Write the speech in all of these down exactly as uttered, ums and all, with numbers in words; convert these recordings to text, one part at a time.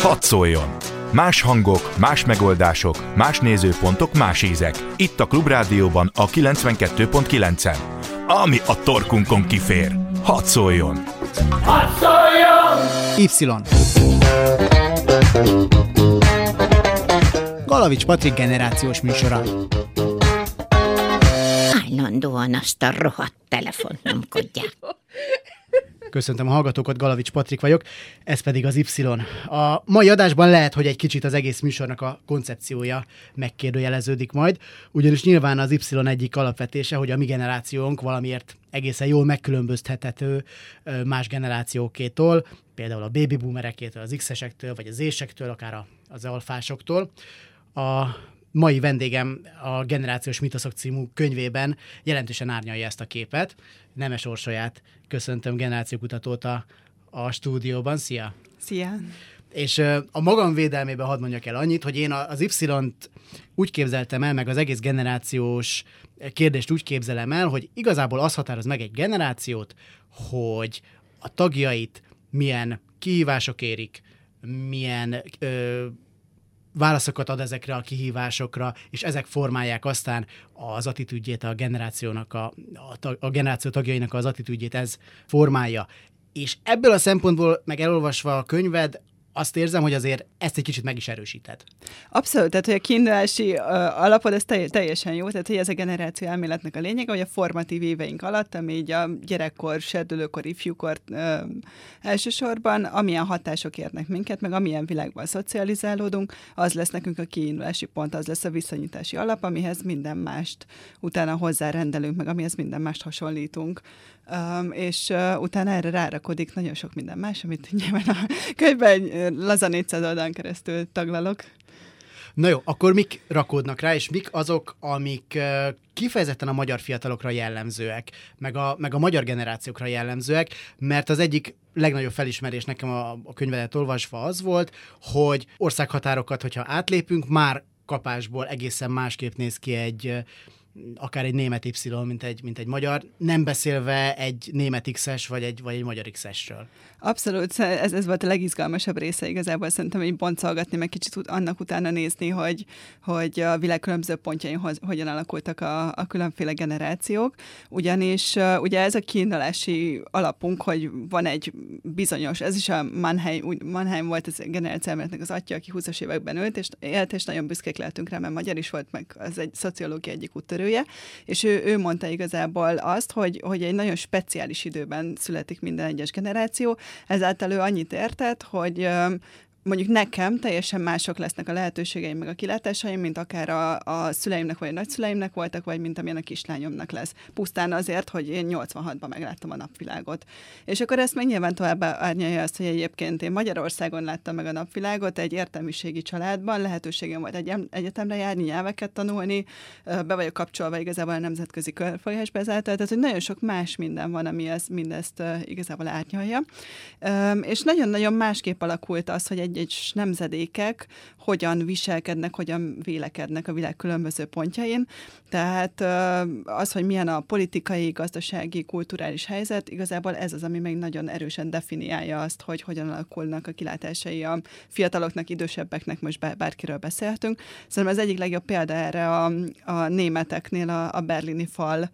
Hadd szóljon! Más hangok, más megoldások, más nézőpontok, más ízek. Itt a Klubrádióban a kilencvenkettő pont kilencen. Ami a torkunkon kifér. Hadd szóljon! Hadd szóljon! Y. Galavics Patrik generációs műsora. Állandóan azt a rohadt telefont nyomkodják. Köszöntöm a hallgatókat, Galavics Patrik vagyok, ez pedig az Y. A mai adásban lehet, hogy egy kicsit az egész műsornak a koncepciója megkérdőjeleződik majd, ugyanis nyilván az Y egyik alapvetése, hogy a mi generációnk valamiért egészen jól megkülönböztethető más generációkétól, például a baby boomerekétől, az X-esektől, vagy az Z-esektől, akár az alfásoktól. A mai vendégem a Generációs Mitoszok című könyvében jelentősen árnyalja ezt a képet. Nemes Orsolyát köszöntöm, generációkutatót a, a stúdióban. Szia! Szia! És a magam védelmében hadd mondjak el annyit, hogy én az Y-t úgy képzeltem el, meg az egész generációs kérdést úgy képzelem el, hogy igazából az határoz meg egy generációt, hogy a tagjait milyen kihívások érik, milyen ö, válaszokat ad ezekre a kihívásokra, és ezek formálják aztán az attitűdjét a generációnak, a, a, a generáció tagjainak az attitűdjét ez formálja. És ebből a szempontból, meg elolvasva a könyved, azt érzem, hogy azért ezt egy kicsit meg is erősíted. Abszolút, tehát hogy a kiindulási uh, alapod, ez telj- teljesen jó, tehát hogy ez a generáció elméletnek a lényege, hogy a formatív éveink alatt, ami így a gyerekkor, serdülőkor, ifjúkor uh, elsősorban, amilyen hatások érnek minket, meg amilyen világban szocializálódunk, az lesz nekünk a kiindulási pont, az lesz a viszonyítási alap, amihez minden mást utána hozzárendelünk, meg amihez minden mást hasonlítunk. Um, és uh, utána erre rárakodik nagyon sok minden más, amit nyilván a könyvben uh, laza négyszáz oldalon keresztül taglalok. Na jó, akkor mik rakódnak rá, és mik azok, amik uh, kifejezetten a magyar fiatalokra jellemzőek, meg a, meg a magyar generációkra jellemzőek, mert az egyik legnagyobb felismerés nekem a, a könyvedet olvasva az volt, hogy országhatárokat, hogyha átlépünk, már kapásból egészen másképp néz ki egy akár egy német Y, mint egy, mint egy magyar, nem beszélve egy német X-es, vagy egy, vagy egy magyar X-esről. Abszolút, ez, ez volt a legizgalmasabb része igazából, szerintem, hogy boncolgatni, meg kicsit annak utána nézni, hogy, hogy a világ különböző pontjain hoz, hogyan alakultak a, a különféle generációk, ugyanis uh, ugye ez a kiindulási alapunk, hogy van egy bizonyos, ez is a Mannheim, úgy, Mannheim volt az generációelméletnek az atya, aki húszas években ült, és élt, és nagyon büszkék lehetünk rá, mert magyar is volt, meg az egy szociológia egyik úttörője, és ő, ő mondta igazából azt, hogy, hogy egy nagyon speciális időben születik minden egyes generáció, ezáltal ő annyit értett, hogy mondjuk nekem teljesen mások lesznek a lehetőségeim, meg a kilátásaim, mint akár a, a szüleimnek vagy a nagyszüleimnek voltak, vagy mint amilyen a kislányomnak lesz. Pusztán azért, hogy én nyolcvanhatban megláttam a napvilágot. És akkor ezt meg nyilván tovább árnyalja azt, hogy egyébként én Magyarországon láttam meg a napvilágot, egy értelmiségi családban, lehetőségem volt egy egyetemre járni, nyelveket tanulni, be vagyok kapcsolva igazából a nemzetközi körfolyásba ezáltal, tehát hogy nagyon sok más minden van, ami ez, mindezt igazából árnyalja. És nagyon-nagyon másképp alakult az, hogy egy egyes nemzedékek hogyan viselkednek, hogyan vélekednek a világ különböző pontjain. Tehát az, hogy milyen a politikai, gazdasági, kulturális helyzet, igazából ez az, ami meg nagyon erősen definiálja azt, hogy hogyan alakulnak a kilátásai a fiataloknak, idősebbeknek, most bárkiről beszélhetünk. Szerintem az egyik legjobb példa erre a, a németeknél a, a berlini fal,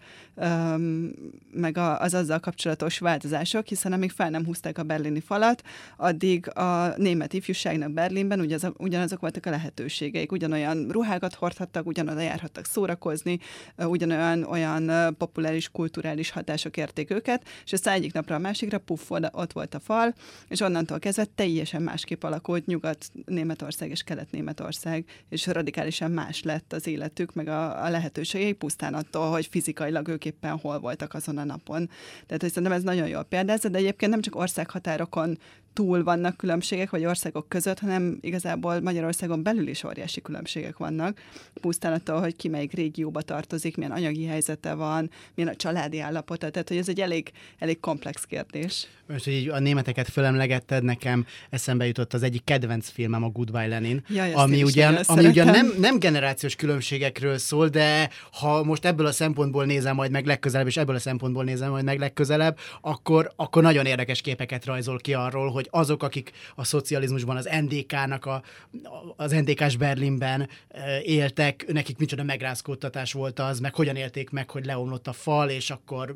meg a, az azzal kapcsolatos változások, hiszen amíg fel nem húzták a berlini falat, addig a német ifjúságnak Berlinben ugyanaz, ugyanazok voltak a lehetőségeik. Ugyanolyan ruhákat hordhattak, ugyanoda járhattak szórakozni, ugyanolyan olyan populáris, kulturális hatások érték őket, és aztán egyik napra a másikra puff, ott volt a fal, és onnantól kezdve teljesen másképp alakult Nyugat-Németország és Kelet-Németország, és radikálisan más lett az életük, meg a, a lehetőségei pusztán attól, hogy fizikailag ők éppen hol voltak azon a napon. Tehát hogy szerintem ez nagyon jól példázza, de egyébként nem csak országhatárokon túl vannak különbségek, vagy országok között, hanem igazából Magyarországon belül is óriási különbségek vannak. Pusztán attól, hogy ki melyik régióba tartozik, milyen anyagi helyzete van, milyen a családi állapota, tehát hogy ez egy elég, elég komplex kérdés. Most, hogy a németeket fölemlegetted, nekem eszembe jutott az egyik kedvenc filmem, a Goodbye Lenin, Jaj, ami ugyan, ami ugyan nem, nem generációs különbségekről szól, de ha most ebből a szempontból nézem majd meg legközelebb, és ebből a szempontból nézem majd meg legközelebb, akkor, akkor nagyon érdekes képeket rajzol ki arról, hogy azok, akik a szocializmusban az en dé ká-nak, a, az en dé ká-s Berlinben éltek, nekik micsoda megrázkódtatás volt az, meg hogyan élték meg, hogy leomlott a fal, és akkor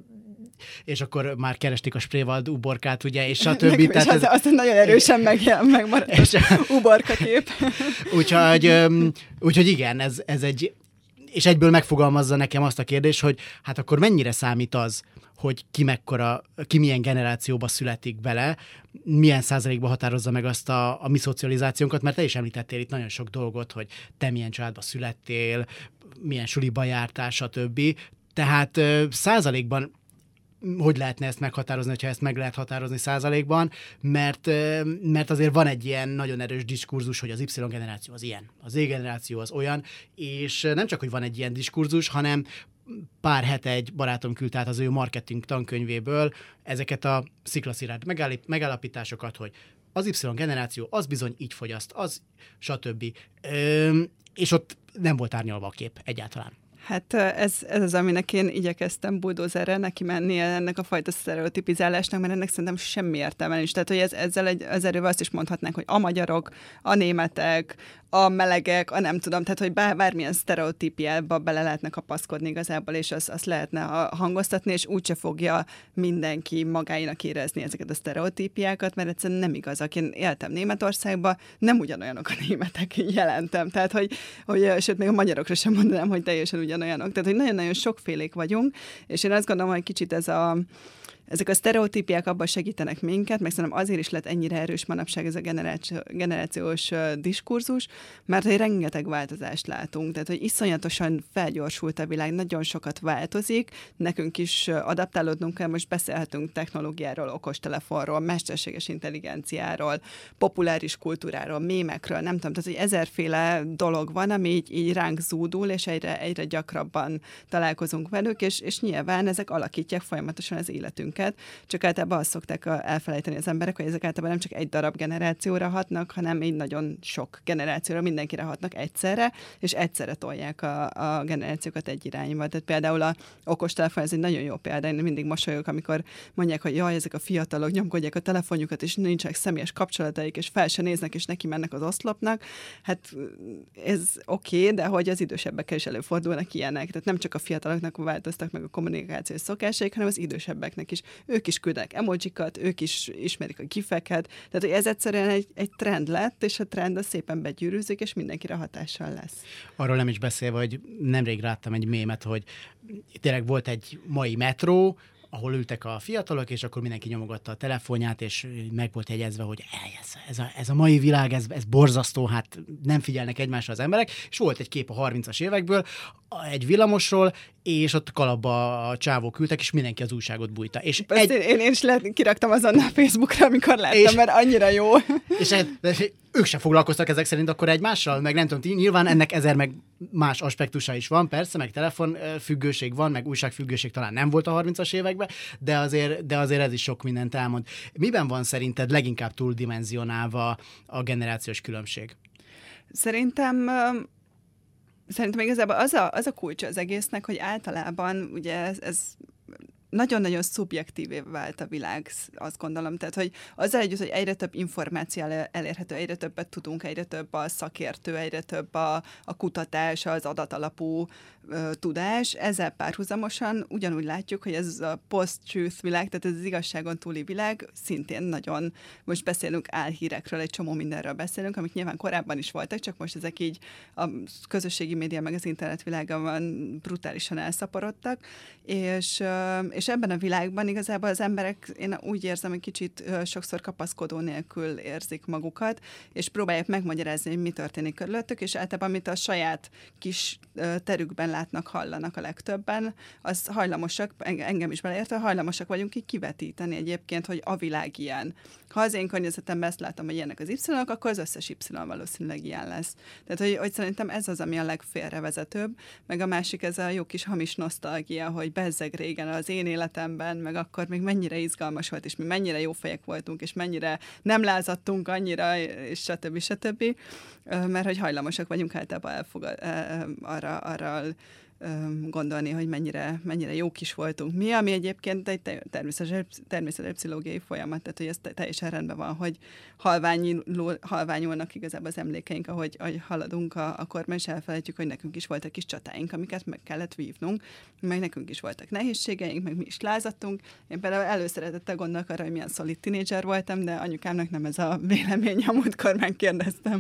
és akkor már keresték a Spreewald uborkát, ugye, és a többi. Tehát az, ez... Azt nagyon erősen megjel, megmaradt és, az uborka kép. úgyhogy, úgyhogy igen, ez, ez egy, és egyből megfogalmazza nekem azt a kérdést, hogy hát akkor mennyire számít az, hogy ki mekkora, ki milyen generációba születik bele, milyen százalékban határozza meg azt a, a mi szocializációnkat, mert te is említettél itt nagyon sok dolgot, hogy te milyen családba születtél, milyen suliba jártál, stb. Tehát százalékban hogy lehetne ezt meghatározni, hogyha ezt meg lehet határozni százalékban, mert, mert azért van egy ilyen nagyon erős diskurzus, hogy az Y generáció az ilyen, az Z generáció az olyan, és nem csak, hogy van egy ilyen diskurzus, hanem pár hete egy barátom küldte át az ő marketing tankönyvéből ezeket a sziklaszilárd megállapításokat, hogy az Y generáció az bizony így fogyaszt, az stb. Üm, és ott nem volt árnyalva a kép egyáltalán. Hát ez, ez az, aminek én igyekeztem buldózerrel neki menni ennek a fajta sztereotipizálásnak, mert ennek szerintem semmi értelme nincs. Tehát, hogy ez, ezzel egy, az erővel azt is mondhatnánk, hogy a magyarok, a németek, a melegek, a nem tudom, tehát, hogy bár, bármilyen sztereotípiába bele lehetne kapaszkodni igazából, és azt, azt lehetne hangoztatni, és úgyse fogja mindenki magáinak érezni ezeket a sztereotípiákat, mert egyszerűen nem igazak. Én éltem Németországban, nem ugyanolyanok a németek, jelentem. Tehát, hogy, hogy sőt, még a magyarokra sem mondanám, hogy teljesen ugyanolyanok. Tehát, hogy nagyon-nagyon sokfélék vagyunk, és én azt gondolom, hogy kicsit ez a ezek a sztereotípiák abban segítenek minket, meg szerintem azért is lett ennyire erős manapság ez a generáció, generációs uh, diskurzus, mert hogy rengeteg változást látunk, tehát hogy iszonyatosan felgyorsult a világ, nagyon sokat változik, nekünk is uh, adaptálódnunk kell, most beszélhetünk technológiáról, okostelefonról, mesterséges intelligenciáról, populáris kultúráról, mémekről, nem tudom, tehát hogy ezerféle dolog van, ami így, így ránk zúdul, és egyre, egyre gyakrabban találkozunk velük, és, és nyilván ezek alakítják folyamatosan az életünket. Csak általában azt szokták elfelejteni az emberek, hogy ezek általában nem csak egy darab generációra hatnak, hanem így nagyon sok generációra, mindenkire hatnak egyszerre, és egyszerre tolják a, a generációkat egy irányba. Tehát például a okostelefon, ez egy nagyon jó példa, én mindig mosolyogok, amikor mondják, hogy jaj, ezek a fiatalok nyomkodják a telefonjukat, és nincsenek személyes kapcsolataik, és fel se néznek, és neki mennek az oszlopnak. Hát ez oké, okay, de hogy az idősebbekkel is előfordulnak ilyenek. Tehát nem csak a fiataloknak változtak meg a kommunikációs szokásaik, hanem az idősebbeknek is. Ők is küldenek emojikat, ők is ismerik a gifeket, tehát hogy ez egyszerűen egy, egy trend lett, és a trend az szépen begyűrűzik, és mindenkire hatással lesz. Arról nem is beszélve, hogy nemrég láttam egy mémet, hogy tényleg volt egy mai metró, ahol ültek a fiatalok, és akkor mindenki nyomogatta a telefonját, és meg volt jegyezve, hogy ez, ez, a, ez a mai világ, ez, ez borzasztó, hát nem figyelnek egymásra az emberek, és volt egy kép a harmincas évekből, egy villamosról, és ott kalapba a csávók ültek, és mindenki az újságot bújta. És egy... én, én is le, kiraktam azonnal Facebookra, amikor láttam, és, mert annyira jó. És egy, ők sem foglalkoztak ezek szerint akkor egymással, meg nem tudom, nyilván ennek ezer meg más aspektusa is van, persze, meg telefonfüggőség van, meg újságfüggőség talán nem volt a harmincas években, de azért, de azért ez is sok mindent elmond. Miben van szerinted leginkább túldimenzionálva a generációs különbség? Szerintem... Szerintem igazából az a, az a kulcsa az egésznek, hogy általában ugye ez, ez nagyon-nagyon szubjektívé vált a világ, azt gondolom. Tehát, hogy azzal együtt, hogy egyre több információ elérhető, egyre többet tudunk, egyre több a szakértő, egyre több a, a kutatás, az adatalapú ö, tudás, ezzel párhuzamosan ugyanúgy látjuk, hogy ez a post-truth világ, tehát ez az igazságon túli világ szintén nagyon, most beszélünk álhírekről, egy csomó mindenről beszélünk, amik nyilván korábban is voltak, csak most ezek így a közösségi média meg az internet világában brutálisan elszaporodtak, és, és És ebben a világban igazából az emberek, én úgy érzem, hogy kicsit sokszor kapaszkodó nélkül érzik magukat, és próbálják megmagyarázni, hogy mi történik körülöttük, és általában, amit a saját kis terükben látnak, hallanak a legtöbben, az hajlamosak, engem is beleértve, hajlamosak vagyunk így kivetíteni egyébként, hogy a világ ilyen. Ha az én környezetemben ezt látom, hogy ilyenek az Y-ok, akkor az összes Y valószínűleg ilyen lesz. Tehát, hogy, hogy szerintem ez az, ami a legfélrevezetőbb, meg a másik ez a jó kis hamis nosztalgia, hogy bezzeg régen az én életemben, meg akkor még mennyire izgalmas volt, és mi mennyire jó fejek voltunk, és mennyire nem lázadtunk annyira, és stb. stb. Mert hogy hajlamosak vagyunk általában elfogad, arra, arra gondolni, hogy mennyire, mennyire jók is voltunk mi, ami egyébként egy természetes, természetes pszichológiai folyamat, tehát hogy ez teljesen rendben van, hogy halványul, halványulnak igazából az emlékeink, ahogy, ahogy haladunk a, a korban, és elfelejtjük, hogy nekünk is voltak kis csatáink, amiket meg kellett vívnunk, meg nekünk is voltak nehézségeink, meg mi is lázadtunk. Én például előszeretettel gondolok arra, hogy milyen szolid tinédzser voltam, de anyukámnak nem ez a vélemény, amúgykor megkérdeztem.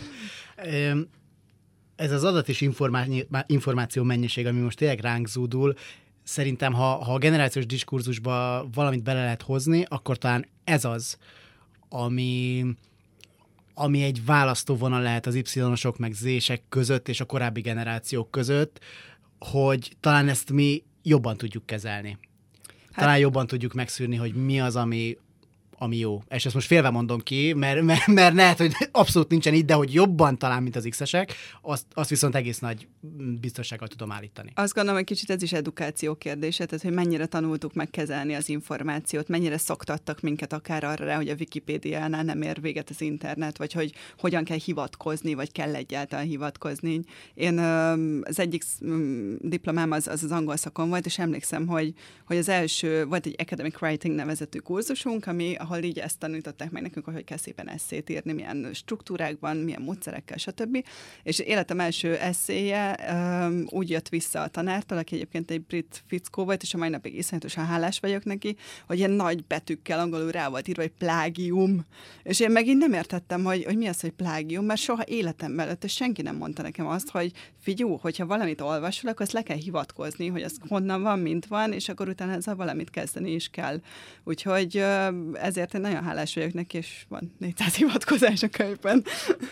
Ez az adat és információ mennyiség, ami most tényleg ránk zúdul, szerintem, ha, ha a generációs diskurzusba valamit bele lehet hozni, akkor talán ez az, ami, ami egy választóvonal lehet az Y-osok meg Z-sek között és a korábbi generációk között, hogy talán ezt mi jobban tudjuk kezelni. Talán hát, jobban tudjuk megszűrni, hogy mi az, ami ami jó. És ezt most félve mondom ki, mert, mert, mert lehet, hogy abszolút nincsen így, de hogy jobban talán, mint az X-esek, azt, azt viszont egész nagy biztonsággal tudom állítani. Azt gondolom, hogy kicsit ez is edukáció kérdése, tehát hogy mennyire tanultuk megkezelni az információt, mennyire szoktattak minket akár arra, hogy a Wikipédiánál nem ér véget az internet, vagy hogy hogyan kell hivatkozni, vagy kell egyáltalán hivatkozni. Én az egyik diplomám az az, az angol szakon volt, és emlékszem, hogy, hogy az első, volt egy academic writing nevezetű kurzusunk, ami ahol így ezt tanították meg nekünk, hogy kell szépen esszét írni, milyen struktúrákban, milyen módszerekkel, stb. És életem első esszéje um, úgy jött vissza a tanártól, aki egyébként egy brit fickó volt, és a mai napig iszonyatosan hálás vagyok neki, hogy ilyen nagy betűkkel angolul rá volt írva, hogy plágium. És én megint nem értettem, hogy, hogy mi az, hogy plágium, mert soha életemben előtt senki nem mondta nekem azt, hogy figyú, hogyha valamit olvasol, akkor azt le kell hivatkozni, hogy az honnan van, mint van, és akkor utána ezzel valamit kezdeni is kell. Úgyhogy ezért én nagyon hálás vagyok neki, és van négyszáz hivatkozás a könyvben.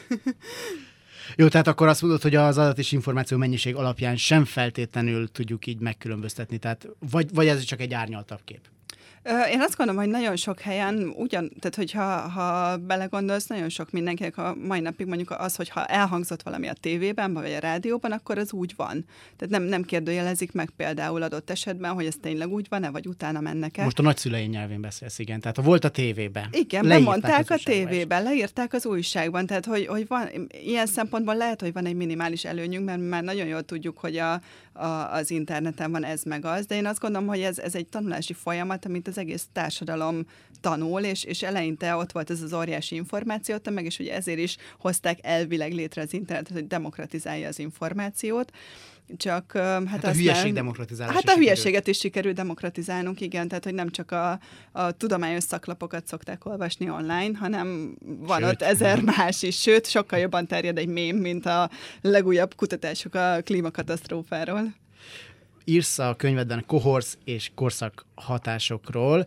Jó, tehát akkor azt mondod, hogy az adat és információ mennyiség alapján sem feltétlenül tudjuk így megkülönböztetni, tehát vagy, vagy ez csak egy árnyaltabb kép? Én azt gondolom, hogy nagyon sok helyen ugyan, tehát hogyha ha belegondolsz, nagyon sok mindenkinek a mai napig mondjuk az, hogyha elhangzott valami a tévében, vagy a rádióban, akkor az úgy van. Tehát nem, nem kérdőjelezik meg például adott esetben, hogy ez tényleg úgy van-e, vagy utána mennek-e. Most a nagyszüleim nyelvén beszélsz, igen. Tehát volt a tévében. Igen, bemondták a tévében, leírták az újságban, tehát hogy, hogy van, ilyen szempontból lehet, hogy van egy minimális előnyünk, mert már nagyon jól tudjuk, hogy a, a, az interneten van ez meg az, de én azt gondolom, hogy ez, ez egy tanulási folyamat, amit az egész társadalom tanul, és, és eleinte ott volt ez az óriási információt, meg is ugye ezért is hozták elvileg létre az internetet, hogy demokratizálja az információt. Csak hát, hát a hülyeség demokratizálása. Hát a hülyeséget is sikerült demokratizálnunk, igen, tehát hogy nem csak a, a tudományos szaklapokat szokták olvasni online, hanem van sőt. Ott ezer más is, sőt, sokkal jobban terjed egy mém, mint a legújabb kutatások a klímakatasztrófáról. Írsz a könyvedben kohorsz és korszak hatásokról,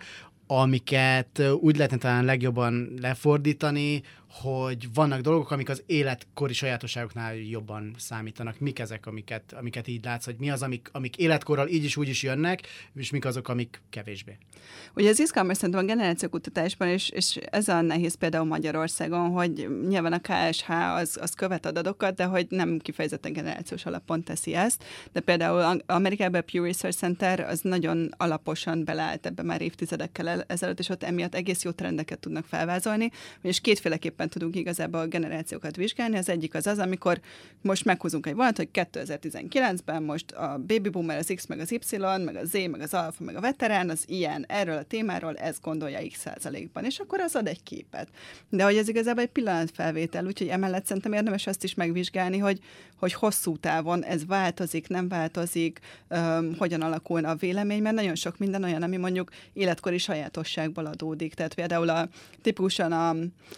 amiket úgy lehetne talán legjobban lefordítani, hogy vannak dolgok, amik az életkori sajátosságoknál jobban számítanak. Mik ezek, amiket, amiket így látsz, hogy mi az, amik, amik életkorral így is úgy is jönnek, és mik azok, amik kevésbé? Ugye az izgalmas szerintem a generációkutatásban, és, és ez a nehéz például Magyarországon, hogy nyilván a ká es há az, az követ adatokat, de hogy nem kifejezetten generációs alapon teszi ezt. De például Amerikában a Pew Research Center az nagyon alaposan beleállt ebbe már évtizedekkel ezelőtt, és ott emiatt egész jó trendeket tudnak felvázolni, és kétféleképpen tudunk igazából a generációkat vizsgálni. Az egyik az az, amikor most meghúzunk egy vonatot, hogy kétezer-tizenkilencben most a baby boomer, az X, meg az Y, meg a Z, meg az alfa, meg a veterán, az ilyen, erről a témáról ezt gondolja X százalékban, és akkor az ad egy képet. De hogy ez igazából egy pillanatfelvétel, úgyhogy emellett szerintem érdemes azt is megvizsgálni, hogy, hogy hosszú távon ez változik, nem változik, um, hogyan alakulna a vélemény, mert nagyon sok minden olyan, ami mondjuk életkori sajátosságból adódik. Tehát például a, tipikusan a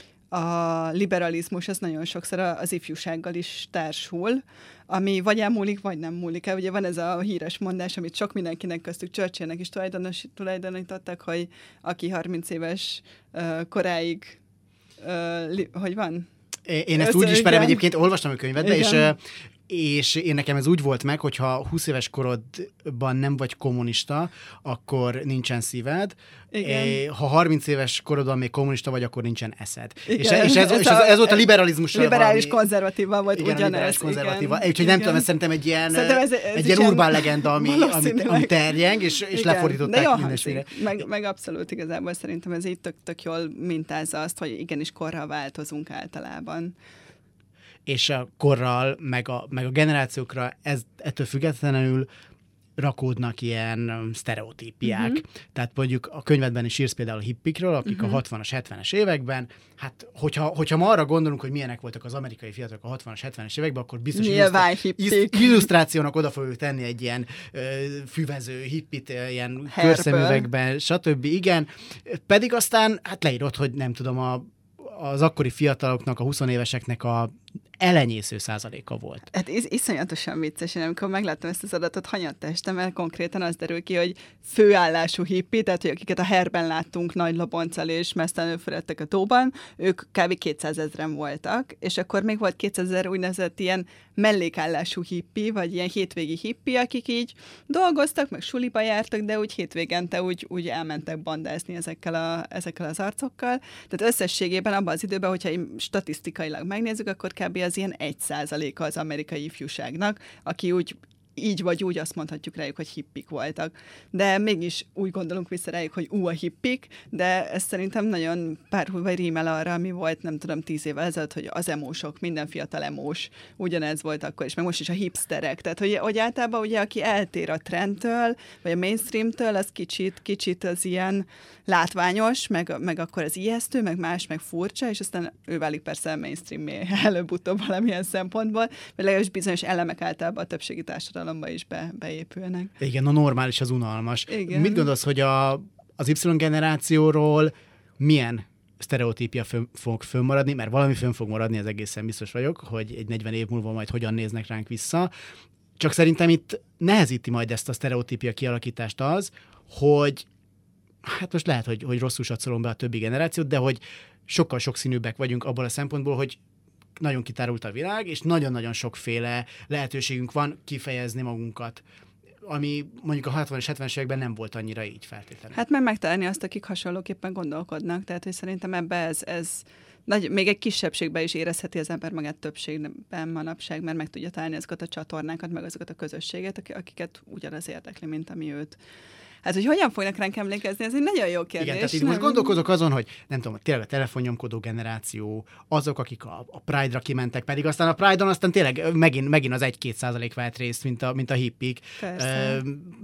A liberalizmus az nagyon sokszor az ifjúsággal is társul, ami vagy elmúlik, vagy nem múlik el. Ugye van ez a híres mondás, amit sok mindenkinek, köztük Churchillnek is tulajdonítottak, hogy aki harminc éves uh, koráig, uh, li, hogy van? Én ezt Össze, úgy ismerem, igen. Egyébként olvastam a könyvedbe, és és én nekem ez úgy volt meg, hogy ha húsz éves korodban nem vagy kommunista, akkor nincsen szíved. Igen. Ha harminc éves korodban még kommunista vagy, akkor nincsen eszed. És, és, ez, ez, és ez, ez volt a liberalizmus. Liberális konzervatíva volt igen, ugyanez. Liberális konzervatíva. Úgyhogy nem igen. tudom, ez szerintem egy ilyen, ez, ez egy ilyen urbán legenda, ami, ami, ami terjeng, és, és lefordították mindenféle. Meg, meg abszolút igazából szerintem ez így tök, tök jól mintázza azt, hogy igenis korra változunk általában. és a korral, meg a, meg a generációkra ez, ettől függetlenül rakódnak ilyen sztereotípiák. Uh-huh. Tehát mondjuk a könyvedben is írsz például a hippikről, akik uh-huh. a hatvanas, hetvenes években, hát hogyha, hogyha ma arra gondolunk, hogy milyenek voltak az amerikai fiatalok a hatvanas, hetvenes években, akkor biztos illusztrá- illusztrációnak oda fogjuk tenni egy ilyen ö, füvező hippit, ilyen Herből. Körszemüvegben, stb. Igen. Pedig aztán hát leírod, hogy nem tudom, a, az akkori fiataloknak, a huszonéveseknek a elenyésző százaléka volt. Hát is, iszonyatosan vicces, én amikor megláttam ezt az adatot, hanyattestem el, konkrétan az derül ki, hogy főállású hippi, tehát hogy akiket a herben láttunk nagy lobonccal és mesztelenül fölettek a tóban, ők kb. kétszázezren voltak, és akkor még volt kétszázezer úgynevezett ilyen mellékállású hippi, vagy ilyen hétvégi hippi, akik így dolgoztak, meg suliba jártak, de úgy hétvégente úgy, úgy elmentek bandázni ezekkel, a, ezekkel az arcokkal. Tehát összességében abban az időben, hogyha statisztikailag megnézzük, akkor kb. Az ilyen egy százaléka az amerikai ifjúságnak, aki úgy így vagy úgy azt mondhatjuk rájuk, hogy hippik voltak. De mégis úgy gondolunk vissza rájuk, hogy ú, a hippik, de ez szerintem nagyon párhul vagy rímel arra, ami volt, nem tudom, tíz évvel ezelőtt, hogy az emósok, minden fiatal emós, ugyanez volt akkor is, meg most is a hipsterek. Tehát, hogy, hogy általában ugye, aki eltér a trendtől, vagy a mainstreamtől, az kicsit, kicsit az ilyen látványos, meg, meg akkor az ijesztő, meg más, meg furcsa, és aztán ő válik persze a mainstream-mé előbb-utóbb valamilyen szempontból, mert legalábbis bizonyos elemek általában a többségi társadalomba is be, beépülnek. Igen, a normális az unalmas. Igen. Mit gondolsz, hogy a, az Y generációról milyen sztereotípia fönn, fog fönnmaradni, mert valami fönn fog maradni, ez egészen biztos vagyok, hogy egy negyven év múlva majd hogyan néznek ránk vissza. Csak szerintem itt nehezíti majd ezt a sztereotípia kialakítást az, hogy hát most lehet, hogy, hogy rosszul satszolom be a többi generációt, de hogy sokkal sokszínűbbek vagyunk abból a szempontból, hogy nagyon kitárult a világ, és nagyon-nagyon sokféle lehetőségünk van kifejezni magunkat, ami mondjuk a hatvanas, hetvenes években nem volt annyira így feltétlenül. Hát meg megtalálni azt, akik hasonlóképpen gondolkodnak, tehát hogy szerintem ebbe ez, ez nagy, még egy kisebbségben is érezheti az ember magát többségben manapság, mert meg tudja találni azokat a csatornákat, meg azokat a közösséget, akiket ugyanaz érdekli, mint ami őt. Hát, hogy hogyan fognak ránk emlékezni, ez egy nagyon jó kérdés. Igen, tehát itt most gondolkozok azon, hogy nem tudom, tényleg a telefonnyomkodó generáció, azok, akik a, a Pride-ra kimentek, pedig aztán a Pride-on aztán tényleg megint, megint az egy-két százalék vett részt, mint a, mint a hippik. Persze.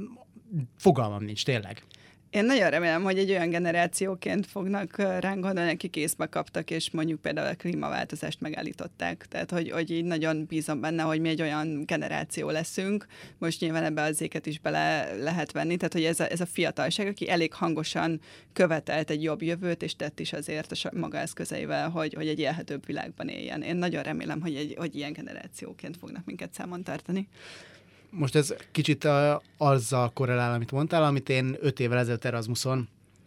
Fogalmam nincs, tényleg. Én nagyon remélem, hogy egy olyan generációként fognak ránk gondolni, akik észbe kaptak, és mondjuk például a klímaváltozást megállították. Tehát, hogy, hogy így nagyon bízom benne, hogy mi egy olyan generáció leszünk. Most nyilván ebbe az éket is bele lehet venni. Tehát, hogy ez a, ez a fiatalság, aki elég hangosan követelt egy jobb jövőt, és tett is azért a maga eszközeivel, hogy, hogy egy élhetőbb világban éljen. Én nagyon remélem, hogy, egy, hogy ilyen generációként fognak minket számon tartani. Most ez kicsit a, azzal korrelál, amit mondtál, amit én öt évvel ezelőtt Erasmuson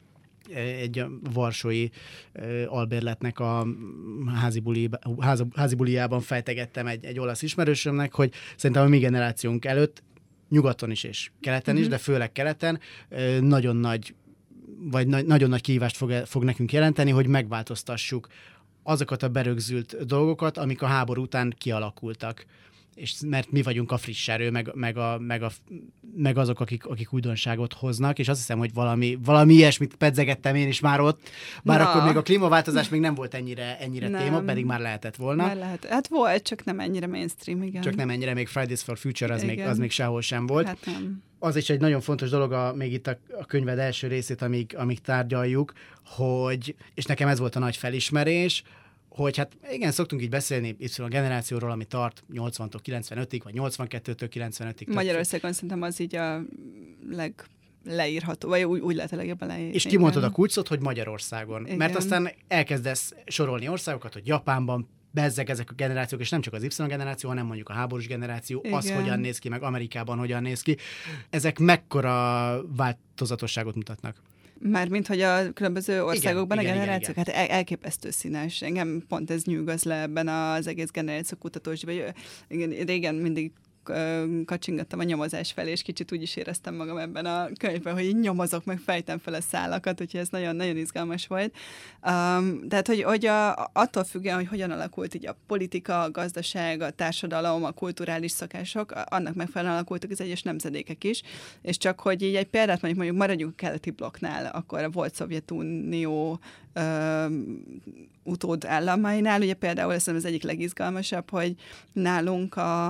egy varsói albérletnek a házi, buli, házi, házi buliában fejtegettem egy, egy olasz ismerősömnek, hogy szerintem a mi generációnk előtt nyugaton is és keleten is, mm-hmm. de főleg keleten nagyon nagy, vagy na, nagyon nagy kihívást fog, fog nekünk jelenteni, hogy megváltoztassuk azokat a berögzült dolgokat, amik a háború után kialakultak. És mert mi vagyunk a friss erő, meg, meg, a, meg, a, meg azok, akik, akik újdonságot hoznak, és azt hiszem, hogy valami, valami ilyesmit pedzegettem én is már ott, bár Na. akkor még a klímaváltozás még nem volt ennyire, ennyire téma, pedig már lehetett volna. Már lehet. Hát volt, csak nem ennyire mainstream, igen. Csak nem ennyire, még Fridays for Future az, még, az még sehol sem volt. Hát nem. Az is egy nagyon fontos dolog, a, még itt a, a könyved első részét, amíg, amíg tárgyaljuk, hogy, és nekem ez volt a nagy felismerés, hogy hát igen, szoktunk így beszélni Y generációról, ami tart nyolcvantól kilencvenötig, vagy nyolcvankettőtől kilencvenötig. Magyarországon szerintem az így a leg leírható, vagy úgy, úgy lehet a legjobban leírni. És kimondod a kulcsot, hogy Magyarországon. Igen. Mert aztán elkezdesz sorolni országokat, hogy Japánban bezzeg ezek a generációk, és nem csak az Y generáció, hanem mondjuk a háborús generáció, igen. az hogyan néz ki, meg Amerikában hogyan néz ki. Ezek mekkora változatosságot mutatnak? Mármint, hogy a különböző országokban igen, a igen, generációk, igen, igen. hát elképesztő színes. Engem pont ez nyűgöz le ebben az egész generáció kutatós, vagy igen, régen mindig kacsingattam a nyomozás felé, és kicsit úgy is éreztem magam ebben a könyvben, hogy így nyomozok, meg fejtem fel a szálakat, úgyhogy ez nagyon-nagyon izgalmas volt. Um, tehát, hogy, hogy a, attól függően, hogy hogyan alakult így a politika, a gazdaság, a társadalom, a kulturális szokások, annak megfelelően alakultak az egyes nemzedékek is, és csak, hogy így egy példát mondjuk, mondjuk maradjunk a keleti blokknál, akkor volt Szovjetunió, um, utód államainál. Ugye például ez az egyik legizgalmasabb, hogy nálunk a,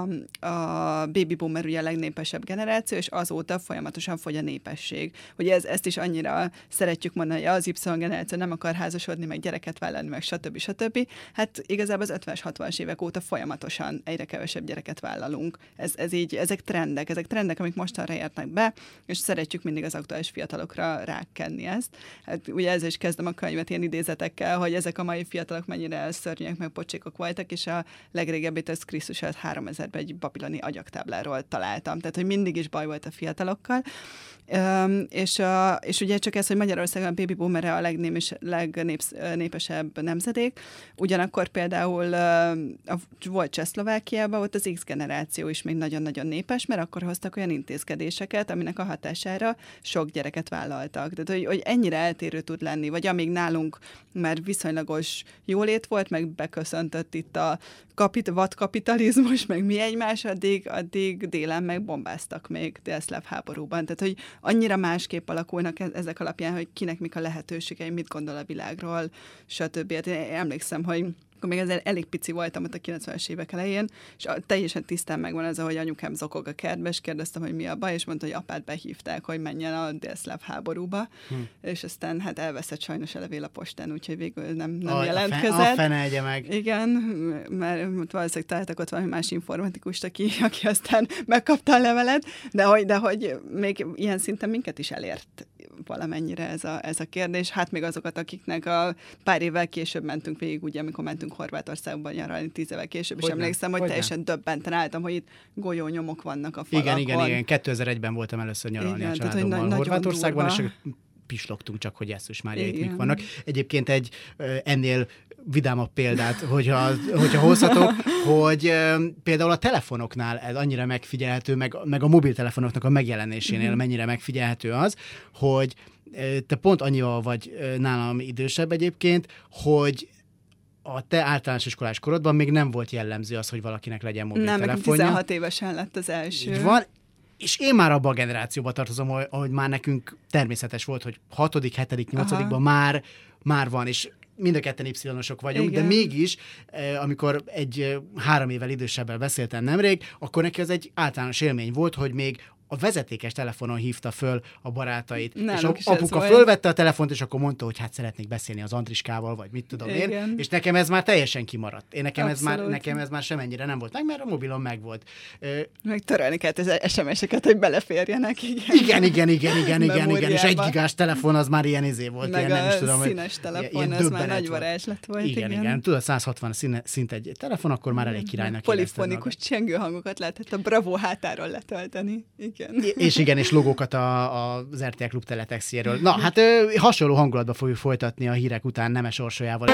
a baby boomer ugye a legnépesebb generáció, és azóta folyamatosan fogy a népesség. Ugye ez, ezt is annyira szeretjük mondani, hogy az Y generáció nem akar házasodni, meg gyereket vállalni, meg stb. stb. Hát igazából az ötvenes, hatvanas évek óta folyamatosan egyre kevesebb gyereket vállalunk. Ez, ez így, ezek trendek, ezek trendek, amik mostanra érnek be, és szeretjük mindig az aktuális fiatalokra rákenni ezt. Hát ugye ezzel is kezdem a könyvet ilyen idézetekkel, hogy ezek a mai fiatalok mennyire szörnyűek, meg pocsékok voltak, és a legrégebbit az Krisztus előtt háromezerben egy babiloni agyagtábláról találtam. Tehát, hogy mindig is baj volt a fiatalokkal. Um, és, a, és ugye csak ez, hogy Magyarországon a baby boomer a legnépes, legnépesebb nemzedék, ugyanakkor például uh, a, volt Csehszlovákiában, ott az X generáció is még nagyon-nagyon népes, mert akkor hoztak olyan intézkedéseket, aminek a hatására sok gyereket vállaltak. Tehát, hogy, hogy ennyire eltérő tud lenni, vagy amíg nálunk már viszonylagos jólét volt, meg beköszöntött itt a kapit, vadkapitalizmus, meg mi egymás, addig, addig délen meg bombáztak még délszláv háborúban. Tehát, hogy annyira másképp alakulnak ezek alapján, hogy kinek mik a lehetőségei, mit gondol a világról, stb. Hát én emlékszem, hogy akkor még ezzel elég pici voltam ott a kilencvenes évek elején, és teljesen tisztán megvan az, hogy anyukám zokog a kertbe, és kérdeztem, hogy mi a baj, és mondta, hogy apát behívták, hogy menjen a délszláv háborúba, hm. és aztán hát elveszett sajnos a levél a postán, úgyhogy végül nem, nem a, jelentkezett. A fene egye meg. Igen, mert valószínűleg találtak ott valami más informatikust, aki, aki aztán megkapta a levelet, de hogy, de hogy még ilyen szinten minket is elért valamennyire ez a, ez a kérdés. Hát még azokat, akiknek a pár évvel később mentünk végig, ugye, amikor mentünk Horvátországban nyaralni tíz évvel később, és emlékszem, hogy, hogy teljesen döbbenten álltam, hogy itt golyónyomok vannak a falakon. Igen, igen, igen. kétezer-egyben voltam először nyaralni igen, a családommal tehát, Horvátországban, és pislogtunk csak, hogy Jézus Mária, itt mik vannak. Egyébként egy ennél vidámabb példát, hogyha, hogyha hozhatok, hogy e, például a telefonoknál ez annyira megfigyelhető, meg, meg a mobiltelefonoknak a megjelenésénél mm-hmm. mennyire megfigyelhető az, hogy e, te pont annyival vagy e, nálam idősebb egyébként, hogy a te általános iskolás korodban még nem volt jellemző az, hogy valakinek legyen mobiltelefonja. Nem, nekem tizenhat évesen lett az első. Így van, és én már abban a generációban tartozom, ahogy már nekünk természetes volt, hogy hatodik, hetedik, nyolcadikban már, már van, és mind a ketten Y-osok vagyunk, igen. De mégis, amikor egy három évvel idősebbel beszéltem nemrég, akkor neki az egy általános élmény volt, hogy még a vezetékes telefonon hívta föl a barátait. Nálunk és a, apuka fölvette a telefont, és akkor mondta, hogy hát szeretnék beszélni az Andriskával, vagy mit tudom igen. én. És nekem ez már teljesen kimaradt. Én nekem, ez már, nekem ez már semennyire nem volt meg, mert a mobilon megvolt. Meg törölni kellett az es em es-eket, hogy beleférjenek. Igen, igen, igen, igen, igen, igen, igen. És egy gigás telefon az már ilyen izé volt. Meg ilyen, a nem is tudom, színes telefon, ez már nagy varázslat volt. Igen, igen. igen. Tudod, száz hatvan szint egy telefon, akkor már elég királynak érezted. Polifonikus csengő hangokat lehetett a Bravo hátáról letölteni. Igen. És igen, és logókat a, a, az er té el Klub Teletexéről. Na, hát ö, hasonló hangulatba fogjuk folytatni a hírek után Nemes Orsolyával.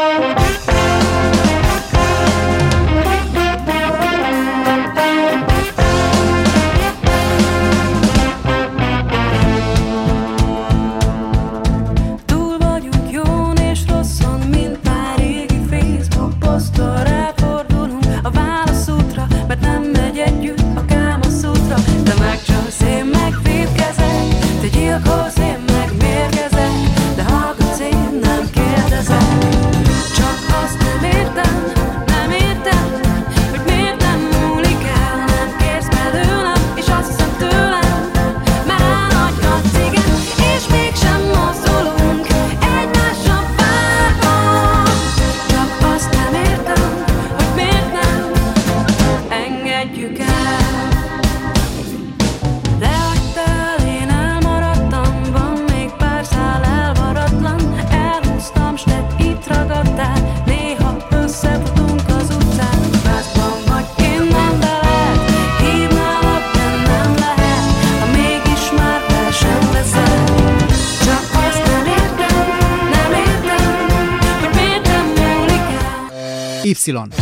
Túl vagyunk jón és rosszon, mint pár régi Facebook poszttal ráfordulunk a válaszútra, mert nem megy együtt a Kámaszútra. Te megcsalsz, én megvédkezek, te gyilkolsz, én megmérgezek, de hallgatsz, én nem kérdezek. Csak azt nem értem, nem értem, hogy miért nem múlik el, nem kérsz belőlem, és azt hiszem tőlem, mert elhagyhatsz, igen, és mégsem mozdulunk egymásra várva. Csak azt nem értem, hogy miért nem engedjük el. Lehagytál, én elmaradtam, van még pár szál elvaratlan, elhúztam, s te itt ragadtál, néha összefutunk az utcán. Házban vagy én nem, de lehet, hívnálak, de nem lehet, ha mégis már fel sem veszel. Csak azt nem értem, nem értem, hogy miért nem múlik el. Y.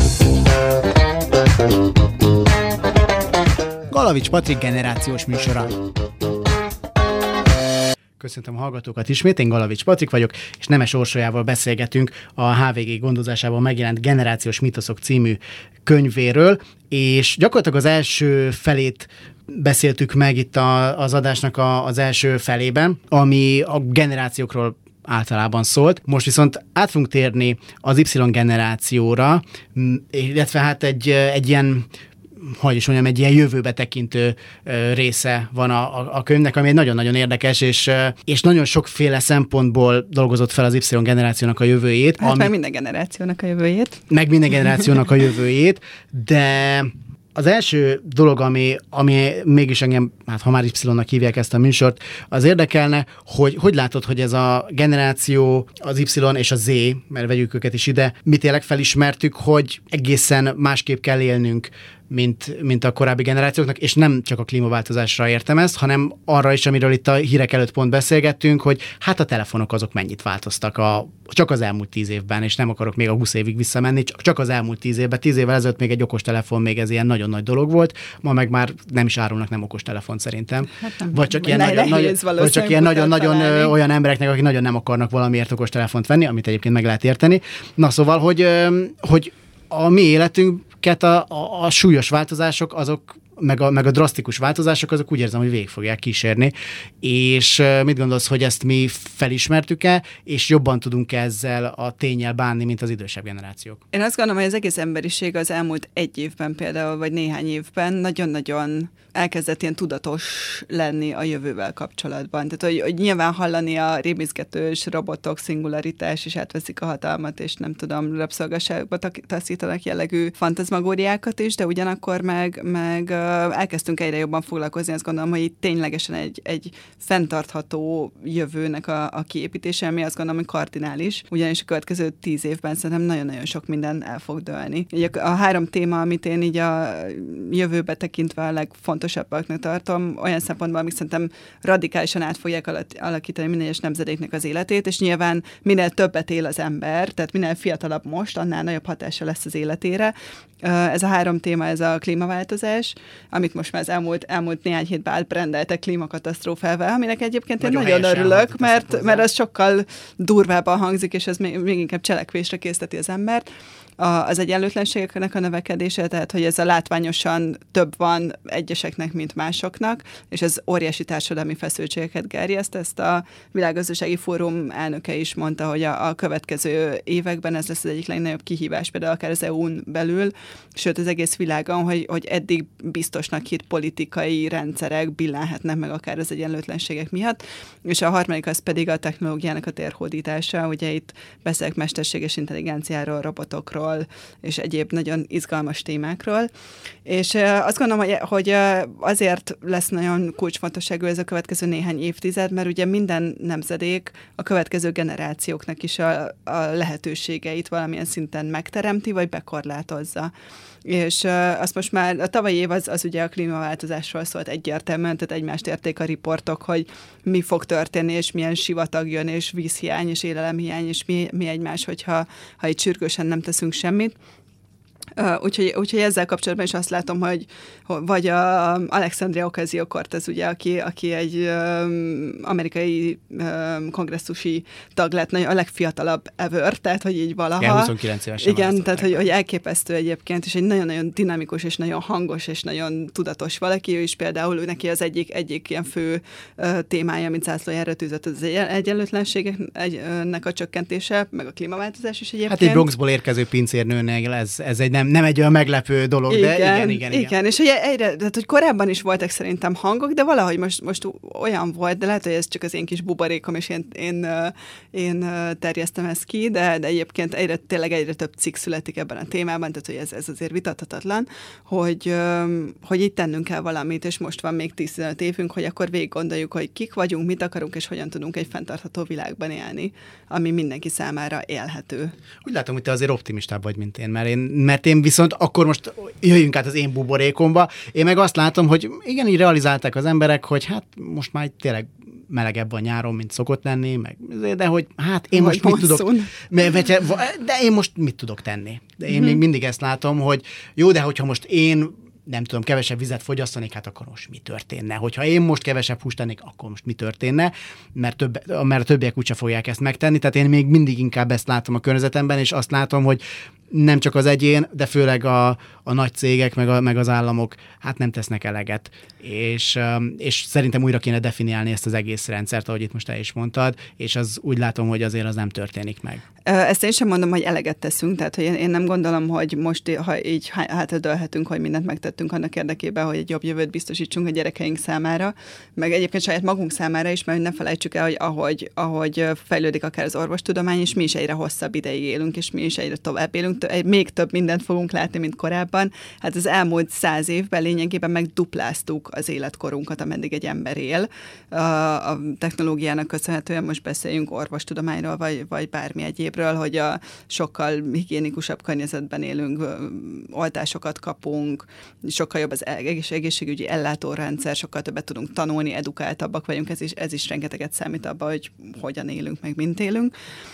Galavics Patrik generációs műsora. Köszöntöm a hallgatókat ismét, én Galavics Patrik vagyok, és Nemes Orsolyával beszélgetünk a há vé gé gondozásában megjelent Generációs mitoszok című könyvéről, és gyakorlatilag az első felét beszéltük meg itt a, az adásnak a, az első felében, ami a generációkról általában szólt. Most viszont át fogunk térni az Y generációra, illetve hát egy, egy ilyen hogy is mondjam, egy ilyen jövőbe tekintő része van a, a, a könyvnek, ami egy nagyon-nagyon érdekes, és, és nagyon sokféle szempontból dolgozott fel az Y generációnak a jövőjét. Hát ami, meg minden generációnak a jövőjét. Meg minden generációnak a jövőjét, de az első dolog, ami, ami mégis engem, hát ha már Y-nak hívják ezt a műsort, az érdekelne, hogy hogy látod, hogy ez a generáció, az Y és a Z, mert vegyük őket is ide, mi tényleg felismertük, hogy egészen másképp kell élnünk, mint, mint a korábbi generációknak, és nem csak a klímaváltozásra értem ezt, hanem arra is, amiről itt a hírek előtt pont beszélgettünk, hogy hát a telefonok azok mennyit változtak a, csak az elmúlt tíz évben, és nem akarok még a húsz évig visszamenni, csak, csak az elmúlt tíz évben. Tíz évvel ezelőtt még egy okostelefon, még ez ilyen nagyon nagy dolog volt, ma meg már nem is árulnak nem okostelefon szerintem. Hát nem, vagy csak ilyen nagyon, nagyon, vagy csak ilyen nagyon-nagyon olyan embereknek, akik nagyon nem akarnak valamiért okostelefont venni, amit egyébként meg lehet érteni. Na szóval, hogy, hogy a mi életünket a, a, a súlyos változások, azok meg a, meg a drasztikus változások, azok úgy érzem, hogy végig fogják kísérni. És mit gondolsz, hogy ezt mi felismertük-e, és jobban tudunk ezzel a ténnyel bánni, mint az idősebb generációk? Én azt gondolom, hogy az egész emberiség az elmúlt egy évben például, vagy néhány évben nagyon-nagyon elkezdett ilyen tudatos lenni a jövővel kapcsolatban. Tehát, hogy, hogy nyilván hallani a rémizgetős robotok, szingularitás, és átveszik a hatalmat, és nem tudom, rabszolgaságba taszítanak jellegű fantazmagóriákat is, de ugyanakkor meg, meg elkezdtünk egyre jobban foglalkozni, azt gondolom, hogy itt ténylegesen egy, egy fenntartható jövőnek a, a kiépítése, ami azt gondolom, hogy kardinális, ugyanis a következő tíz évben szerintem nagyon-nagyon sok minden el fog dőlni. Így a, a három téma, amit én így a jövőbe tekintve a legfontosabbaknak tartom, olyan szempontból, amik szerintem radikálisan át fogják alakítani minden egyes nemzedéknek az életét, és nyilván minél többet él az ember, tehát minél fiatalabb most, annál nagyobb hatása lesz az életére. Ez a három téma, ez a klímaváltozás, amit most már az elmúlt, elmúlt néhány hétben átbrendeltek klímakatasztrófával, aminek egyébként én nagyon, nagyon örülök, mert, mert az sokkal durvábban hangzik, és ez még, még inkább cselekvésre készteti az embert. A, az egyenlőtlenségeknek a növekedése, tehát hogy ez a látványosan több van egyeseknek, mint másoknak, és ez óriási társadalmi feszültségeket gerjeszt. Ezt a Világgazdasági Fórum elnöke is mondta, hogy a, a következő években ez lesz az egyik legnagyobb kihívás, például akár az é u-n belül, sőt az egész világon, hogy, hogy eddig biztosnak hitt politikai rendszerek billenhetnek meg akár az egyenlőtlenségek miatt, és a harmadik az pedig a technológiának a térhódítása, ugye itt beszélek mesterséges intelligenciáról, robotokról, és egyéb nagyon izgalmas témákról. És azt gondolom, hogy, hogy azért lesz nagyon kulcsfontosságú ez a következő néhány évtized, mert ugye minden nemzedék a következő generációknak is a, a lehetőségeit valamilyen szinten megteremti, vagy bekorlátozza. És uh, azt most már a tavalyi év az, az ugye a klímaváltozásról szólt egyértelműen, tehát egymást érték a riportok, hogy mi fog történni, és milyen sivatag jön, és vízhiány, és élelemhiány, és mi, mi egymás, hogyha ha itt sürgősen nem teszünk semmit. Uh, úgyhogy, úgyhogy ezzel kapcsolatban is azt látom, hogy, hogy vagy a Alexandria Ocasio-Cortez, ugye, aki, aki egy um, amerikai um, kongresszusi tag lett, a legfiatalabb ever, tehát hogy így valaha. Igen, huszonkilenc évesen. Igen, tehát hogy, hogy elképesztő egyébként, és egy nagyon-nagyon dinamikus, és nagyon hangos, és nagyon tudatos valaki, ő is például ő neki az egyik, egyik ilyen fő uh, témája, amit zászlójára tűzött, az egyenlőtlenségnek a csökkentése, meg a klímaváltozás is egyébként. Hát egy Bronxból érkező pincérnőnél ez, ez egy nem, nem egy olyan meglepő dolog, igen, de igen, igen, igen. Igen, és ugye egyre, tehát, hogy korábban is voltak szerintem hangok, de valahogy most, most olyan volt, de lehet, hogy ez csak az én kis buborékom, és én, én, én terjesztem ezt ki, de, de egyébként egyre, tényleg egyre több cikk születik ebben a témában, tehát hogy ez, ez azért vitathatatlan, hogy, hogy itt tennünk kell valamit, és most van még tizenöt évünk, hogy akkor végig gondoljuk, hogy kik vagyunk, mit akarunk, és hogyan tudunk egy fenntartható világban élni, ami mindenki számára élhető. Úgy látom, hogy te azért optimistább vagy, mint én, mert én, mert én viszont akkor most jöjjünk át az én buborékomba. Én meg azt látom, hogy igen, így realizálták az emberek, hogy hát most már tényleg melegebb van nyáron, mint szokott lenni, meg, de hogy hát én most mit tudok, de én most mit tudok tenni? De én mm-hmm. még mindig ezt látom, hogy jó, de hogyha most én nem tudom, kevesebb vizet fogyasztanék, hát akkor most mi történne? Hogyha én most kevesebb húst tennék, akkor most mi történne? Mert, több, mert a többiek úgyse fogják ezt megtenni, tehát én még mindig inkább ezt látom a környezetemben, és azt látom, hogy nem csak az egyén, de főleg a, a nagy cégek, meg, a, meg az államok hát nem tesznek eleget. És, és szerintem újra kéne definiálni ezt az egész rendszert, ahogy itt most te is mondtad, és az úgy látom, hogy azért az nem történik meg. Ezt én sem mondom, hogy eleget teszünk, tehát hogy én nem gondolom, hogy most, ha így hátradőlhetünk, hogy mindent megtettünk annak érdekében, hogy egy jobb jövőt biztosítsunk a gyerekeink számára, meg egyébként saját magunk számára is, mert ne felejtsük el, hogy ahogy, ahogy fejlődik akár az orvostudomány, és mi is egyre hosszabb ideig élünk, és mi is egyre tovább élünk, még több mindent fogunk látni, mint korábban. Hát az elmúlt száz évben lényegében megdupláztuk az életkorunkat, ameddig egy ember él. A technológiának köszönhetően most beszéljünk orvostudományról, vagy, vagy bármi egyébről, hogy a sokkal higiénikusabb környezetben élünk, oltásokat kapunk, sokkal jobb az egészségügyi ellátórendszer, sokkal többet tudunk tanulni, edukáltabbak vagyunk, ez is, ez is rengeteget számít abba, hogy hogyan élünk, meg mint élünk.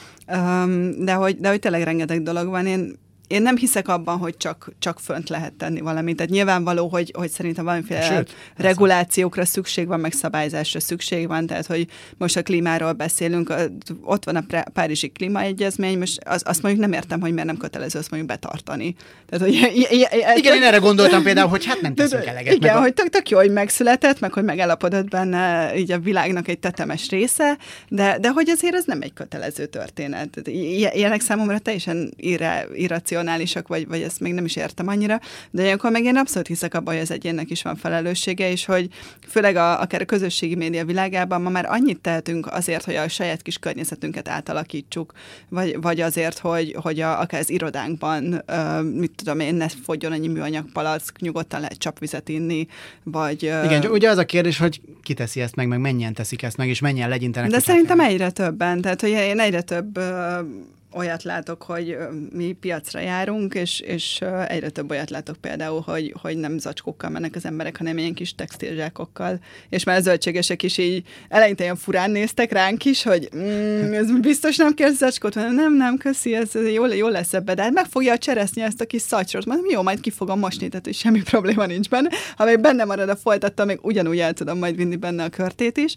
De hogy, de hogy tényleg rengeteg dolog van. Én Én nem hiszek abban, hogy csak, csak fönt lehet tenni valamit. Tehát nyilvánvaló, hogy, hogy szerintem valamiféle Sőt, regulációkra szükség van, meg szabályzásra szükség van, tehát hogy most a klímáról beszélünk, ott van a Párizsi Klímaegyezmény, most az, azt mondjuk nem értem, hogy miért nem kötelező azt mondjuk betartani. Tehát, hogy, igen, én erre gondoltam például, hogy hát nem teszünk eleget. Igen, a... hogy tök, tök jó, hogy megszületett, meg hogy megállapodott benne így a világnak egy tetemes része, de, de hogy azért ez nem egy kötelező történet. Ilyenek számomra teljesen irracionálisak, vagy, vagy ezt még nem is értem annyira, de ilyenkor meg én abszolút hiszek abban, hogy az egyénnek is van felelőssége, és hogy főleg a, akár a közösségi média világában ma már annyit tehetünk azért, hogy a saját kis környezetünket átalakítsuk, vagy, vagy azért, hogy, hogy a, akár az irodánkban, uh, mit tudom én, ne fogjon annyi műanyag palack, nyugodtan lehet csapvizet inni, vagy... Uh, Igen, ugye az a kérdés, hogy ki teszi ezt meg, meg mennyien teszik ezt meg, és mennyien legyintenek. De szerintem egyre többen, tehát hogy én egyre több... Uh, olyat látok, hogy mi piacra járunk, és, és egyre több olyat látok például, hogy, hogy nem zacskókkal mennek az emberek, hanem ilyen kis textilzsákokkal. És már a zöldségesek is így eleinte ilyen furán néztek ránk is, hogy mm, ez biztos nem kérsz zacskót, nem, nem, köszi, ez jól, jól lesz ebbe, de hát megfogja a cseresznye ezt a kis szatyrot, mondom, jó, majd ki fogom mosni, tehát hogy semmi probléma nincs benne. Ha még benne marad a folytatta, még ugyanúgy el tudom majd vinni benne a körtét is.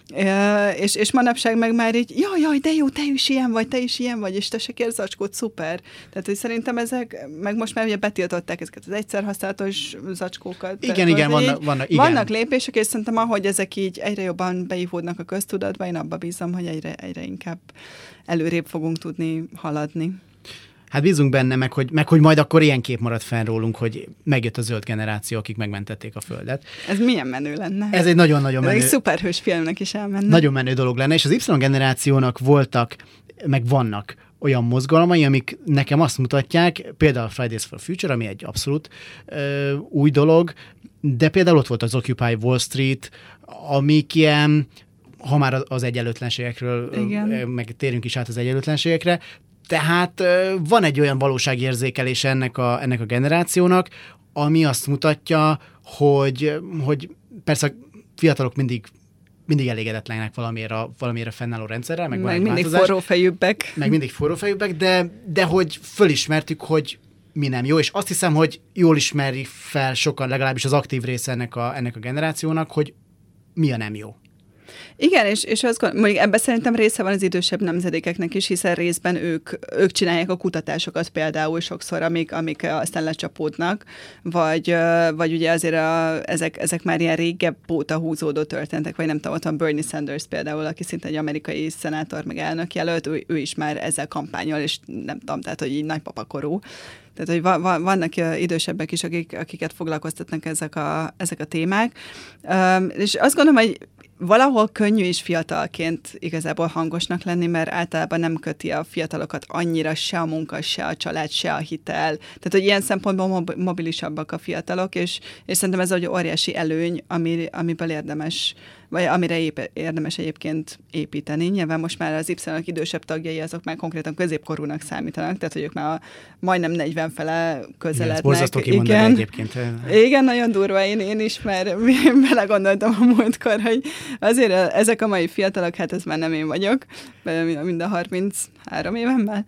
E, és, és manapság meg már így, jaj, jaj, de jó, te is ilyen vagy, te is ilyen vagy, és te se kérsz zacskót, szuper. Tehát, hogy szerintem ezek, meg most már ugye betiltották ezeket az egyszer használatos zacskókat. Igen, igen, vannak, vannak, igen. Vannak lépések, és szerintem ahogy ezek így egyre jobban beivódnak a köztudatba, én abba bízom, hogy egyre, egyre inkább előrébb fogunk tudni haladni. Hát bízunk benne, meg hogy, meg hogy majd akkor ilyen kép marad fenn rólunk, hogy megjött a zöld generáció, akik megmentették a Földet. Ez milyen menő lenne. Ez egy nagyon-nagyon menő. Ez egy szuperhős filmnek is elmenne. Nagyon menő dolog lenne, és az Y generációnak voltak, meg vannak olyan mozgalmai, amik nekem azt mutatják, például a Fridays for Future, ami egy abszolút ö, új dolog, de például ott volt az Occupy Wall Street, amik ilyen, ha már az egyenlőtlenségekről, Igen. meg térjünk is át az egyenlőtlenségekre, tehát van egy olyan valóságérzékelése ennek a, ennek a generációnak, ami azt mutatja, hogy, hogy persze a fiatalok mindig, mindig elégedetlenek valamiért a, valamiért a fennálló rendszerrel, meg, meg mindig forrófejűbbek. Meg mindig forrófejűbbek, de, de hogy fölismertük, hogy mi nem jó, és azt hiszem, hogy jól ismeri fel sokan, legalábbis az aktív része ennek a, ennek a generációnak, hogy mi a nem jó. Igen, és, és azt gondolom, mondjuk ebben szerintem része van az idősebb nemzedékeknek is, hiszen részben ők, ők csinálják a kutatásokat például sokszor, amik, amik aztán lecsapódnak, vagy, vagy ugye azért a, ezek, ezek már ilyen régebb óta húzódó történetek, vagy nem tudom, ott van Bernie Sanders például, aki szinte egy amerikai szenátor, meg elnök jelölt, ő, ő is már ezzel kampányol, és nem tudom, tehát, hogy így nagypapakorú. Tehát, hogy va, va, vannak idősebbek is, akik, akiket foglalkoztatnak ezek a, ezek a témák. Um, és azt gondolom, hogy valahol könnyű is fiatalként igazából hangosnak lenni, mert általában nem köti a fiatalokat annyira se a munka, se a család, se a hitel. Tehát, hogy ilyen szempontból mobilisabbak a fiatalok, és, és szerintem ez egy óriási előny, ami, amiből érdemes, vagy amire épp, érdemes egyébként építeni. Nyilván most már az Y-nak idősebb tagjai, azok már konkrétan középkorúnak számítanak, tehát, hogy ők már a majdnem negyven fele közelednek. Igen, igen. Egyébként. Igen, nagyon durva, én, én is már belegondoltam a múltkor, hogy azért ezek a mai fiatalok, hát ez már nem én vagyok, mind a harminchárom évemben.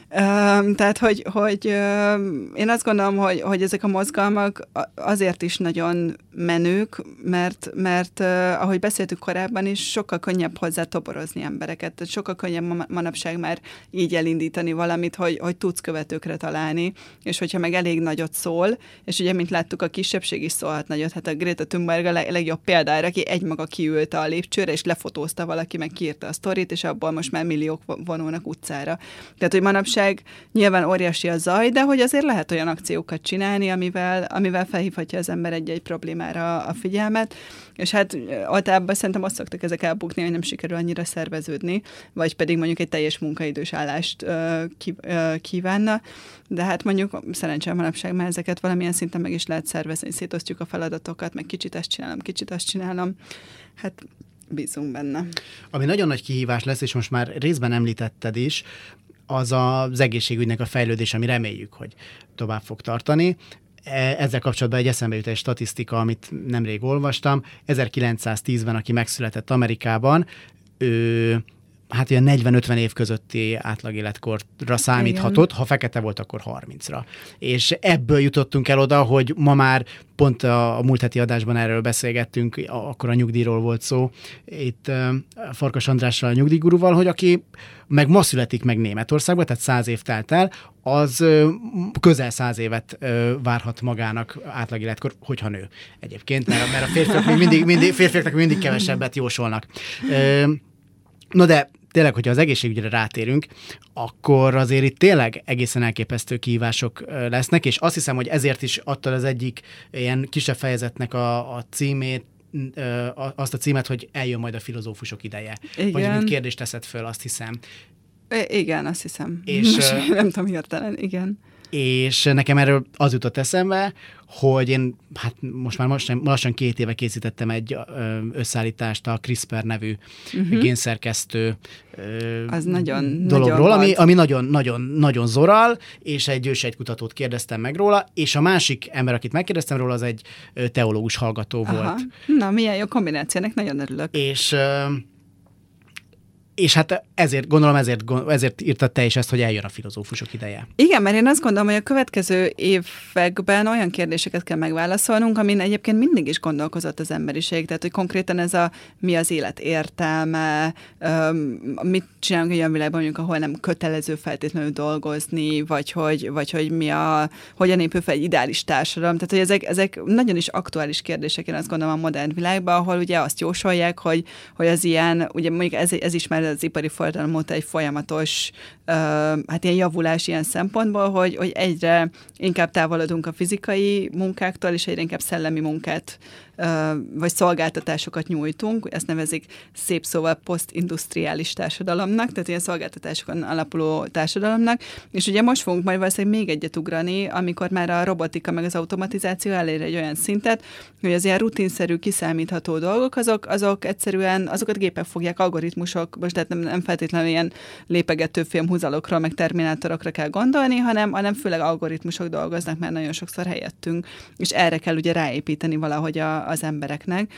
Um, tehát, hogy, hogy um, én azt gondolom, hogy, hogy ezek a mozgalmak azért is nagyon menők, mert, mert uh, ahogy beszéltük korábban is, sokkal könnyebb hozzá toborozni embereket, tehát sokkal könnyebb manapság már így elindítani valamit, hogy, hogy tudsz követőkre találni, és hogyha meg elég nagyot szól, és ugye, mint láttuk, a kisebbség is szólhat nagyot, hát a Greta Thunberg a leg, legjobb példára, aki egymaga kiült a lépcsőre, és lefotózta valaki, meg kiírta a sztorit, és abból most már milliók vonulnak utcára. Tehát, hogy manapság nyilván óriási a zaj, de hogy azért lehet olyan akciókat csinálni, amivel, amivel felhívhatja az ember egy-egy problémára a figyelmet, és hát általában szerintem azt szoktak ezek elbukni, hogy nem sikerül annyira szerveződni, vagy pedig mondjuk egy teljes munkaidős állást ö, ki, ö, kívánna, de hát mondjuk szerencsére manapság már ezeket valamilyen szinten meg is lehet szervezni, szétosztjuk a feladatokat, meg kicsit ezt csinálom, kicsit azt csinálom, hát bízunk benne. Ami nagyon nagy kihívás lesz, és most már részben említetted is, az az egészségügynek a fejlődés, ami reméljük, hogy tovább fog tartani. Ezzel kapcsolatban egy eszembe jut egy statisztika, amit nemrég olvastam. ezerkilencszáztízben, aki megszületett Amerikában, ő hát ilyen negyven-ötven év közötti átlagéletkorra számíthatott, igen. Ha fekete volt, akkor harmincra. És ebből jutottunk el oda, hogy ma már pont a, a múlt heti adásban erről beszélgettünk, akkor a nyugdíjról volt szó, itt uh, Farkas Andrással, a nyugdíjguruval, hogy aki meg ma születik meg Németországban, tehát száz év telt el, az uh, közel száz évet uh, várhat magának átlagéletkor, hogyha nő egyébként, mert, mert a férfiak még mindig, mindig, férfiaknak mindig kevesebbet jósolnak. Uh, no de tényleg, hogyha az egészségügyre rátérünk, akkor azért itt tényleg egészen elképesztő kihívások lesznek, és azt hiszem, hogy ezért is adta az egyik ilyen kisebb fejezetnek a, a címét, azt a címet, hogy eljön majd a filozófusok ideje. Igen. Vagy mint kérdést teszed föl, azt hiszem. I- igen, azt hiszem. És, most nem tudom hirtelen, igen. És nekem erről az jutott eszembe, hogy én hát most már lassan, lassan két éve készítettem egy összeállítást a CRISPR nevű uh-huh. génszerkesztő az nagyon, dologról, nagyon ami, ami nagyon, nagyon, nagyon zoral, és egy ősejtkutatót kérdeztem meg róla, és a másik ember, akit megkérdeztem róla, az egy teológus hallgató Aha. volt. Na, milyen jó kombinációnak, nagyon örülök. És... És hát ezért, gondolom ezért, ezért írtad te is ezt, hogy eljön a filozófusok ideje. Igen, mert én azt gondolom, hogy a következő években olyan kérdéseket kell megválaszolnunk, amin egyébként mindig is gondolkozott az emberiség. Tehát, hogy konkrétan ez a mi az élet értelme, mit csinálunk egy olyan világban, mondjuk, ahol nem kötelező feltétlenül dolgozni, vagy hogy, vagy hogy mi a, hogyan épül fel egy ideális társadalom. Tehát, hogy ezek, ezek nagyon is aktuális kérdések, én azt gondolom a modern világban, ahol ugye azt jósolják, hogy, hogy az ilyen, ugye mondjuk ez, ez is már az ipari forradalom óta egy folyamatos uh, hát ilyen javulás ilyen szempontból, hogy, hogy egyre inkább távolodunk a fizikai munkáktól, és egyre inkább szellemi munkát uh, vagy szolgáltatásokat nyújtunk. Ezt nevezik szép szóval posztindustriális társadalomnak, tehát ilyen szolgáltatásokon alapuló társadalomnak. És ugye most fogunk majd valószínűleg még egyet ugrani, amikor már a robotika meg az automatizáció elér egy olyan szintet, hogy az ilyen rutinszerű, kiszámítható dolgok, azok, azok egyszerűen, azokat gépek fogják, algoritmusok, most tehát nem, nem feltétlenül ilyen lépegető filmhúzalokra, meg terminátorokra kell gondolni, hanem, hanem főleg algoritmusok dolgoznak már nagyon sokszor helyettünk, és erre kell ugye ráépíteni valahogy a, az embereknek.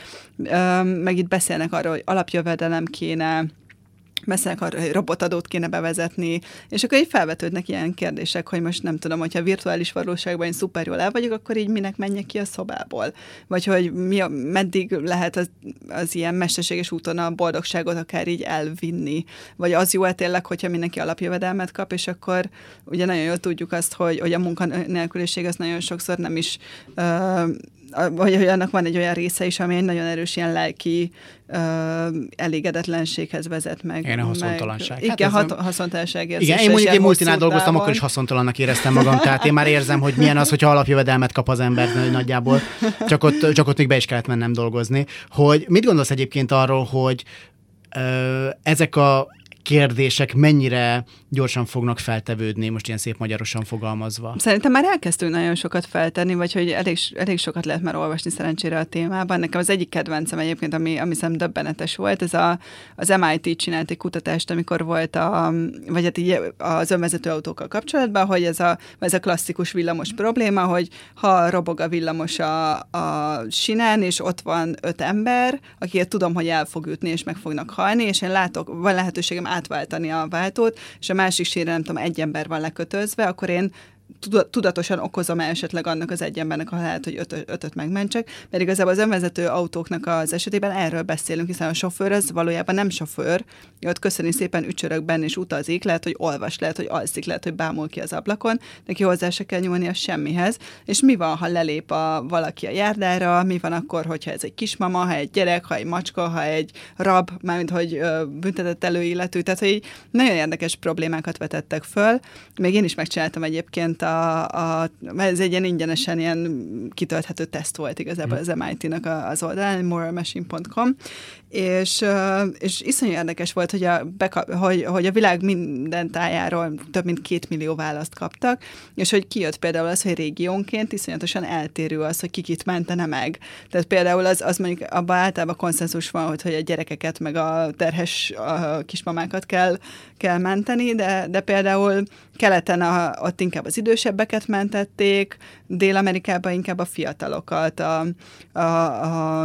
Meg itt beszélnek arról, hogy alapjövedelem kéne, beszélnek arról, hogy robotadót kéne bevezetni, és akkor így felvetődnek ilyen kérdések, hogy most nem tudom, hogyha virtuális valóságban én szuper jól el vagyok, akkor így minek menjek ki a szobából? Vagy hogy mi a, meddig lehet az, az ilyen mesterséges úton a boldogságot akár így elvinni? Vagy az jó tényleg, hogyha mindenki alapjövedelmet kap, és akkor ugye nagyon jól tudjuk azt, hogy, hogy a munkanélküliség az nagyon sokszor nem is... Uh, vagy hogy annak van egy olyan része is, ami egy nagyon erős ilyen lelki uh, elégedetlenséghez vezet meg. Igen, a haszontalanság. Meg, igen, hát haszontalanság érzése. Igen, én mondjuk én multinál dolgoztam, akkor is haszontalannak éreztem magam, tehát én már érzem, hogy milyen az, hogyha alapjövedelmet kap az ember nagyjából, csak ott, csak ott még be is kellett mennem dolgozni. Hogy mit gondolsz egyébként arról, hogy uh, ezek a kérdések mennyire gyorsan fognak feltevődni, most ilyen szép magyarosan fogalmazva? Szerintem már elkezdtünk nagyon sokat feltenni, vagy hogy elég, elég sokat lehet már olvasni szerencsére a témában. Nekem az egyik kedvencem egyébként, ami, ami szerintem döbbenetes volt, ez a, az em i té csinált egy kutatást, amikor volt a, vagy hát így az önvezető autókkal kapcsolatban, hogy ez a, ez a klasszikus villamos probléma, hogy ha robog a villamos a, a sinán, és ott van öt ember, akiket tudom, hogy el fog ütni, és meg fognak halni, és én látok, van lehetőségem átváltani a váltót, és a másik sínre nem tudom, egy ember van lekötözve, akkor én tudatosan okozom esetleg annak az egy embernek a halált, hogy öt, ötöt megmentsek, mert igazából az önvezető autóknak az esetében erről beszélünk, hiszen a sofőr az valójában nem sofőr, ott köszöni szépen ücsörökben és utazik, lehet, hogy olvas, lehet, hogy alszik, lehet, hogy bámul ki az ablakon, neki hozzá se kell nyúlni a semmihez, és mi van, ha lelép a, valaki a járdára, mi van akkor, hogyha ez egy kismama, ha egy gyerek, ha egy macska, ha egy rab, mármint, hogy ö, büntetett előilletű, tehát, hogy nagyon érdekes problémákat vetettek föl. Még én is megcsináltam egyébként, a, a, ez egy ilyen ingyenesen ilyen kitölthető teszt volt igazából az em i té-nak az oldalán, moral machine pont com, és, és iszonyú érdekes volt, hogy a, beka, hogy, hogy a világ minden tájáról több mint két millió választ kaptak, és hogy kijött például az, hogy régiónként iszonyatosan eltérő az, hogy kikit mentene meg. Tehát például az, az mondjuk abban általában konszenzus van, hogy, hogy a gyerekeket meg a terhes a kismamákat kell, kell menteni, de, de például keleten a, ott inkább az idősebbeket mentették, Dél-Amerikában inkább a fiatalokat, a, a, a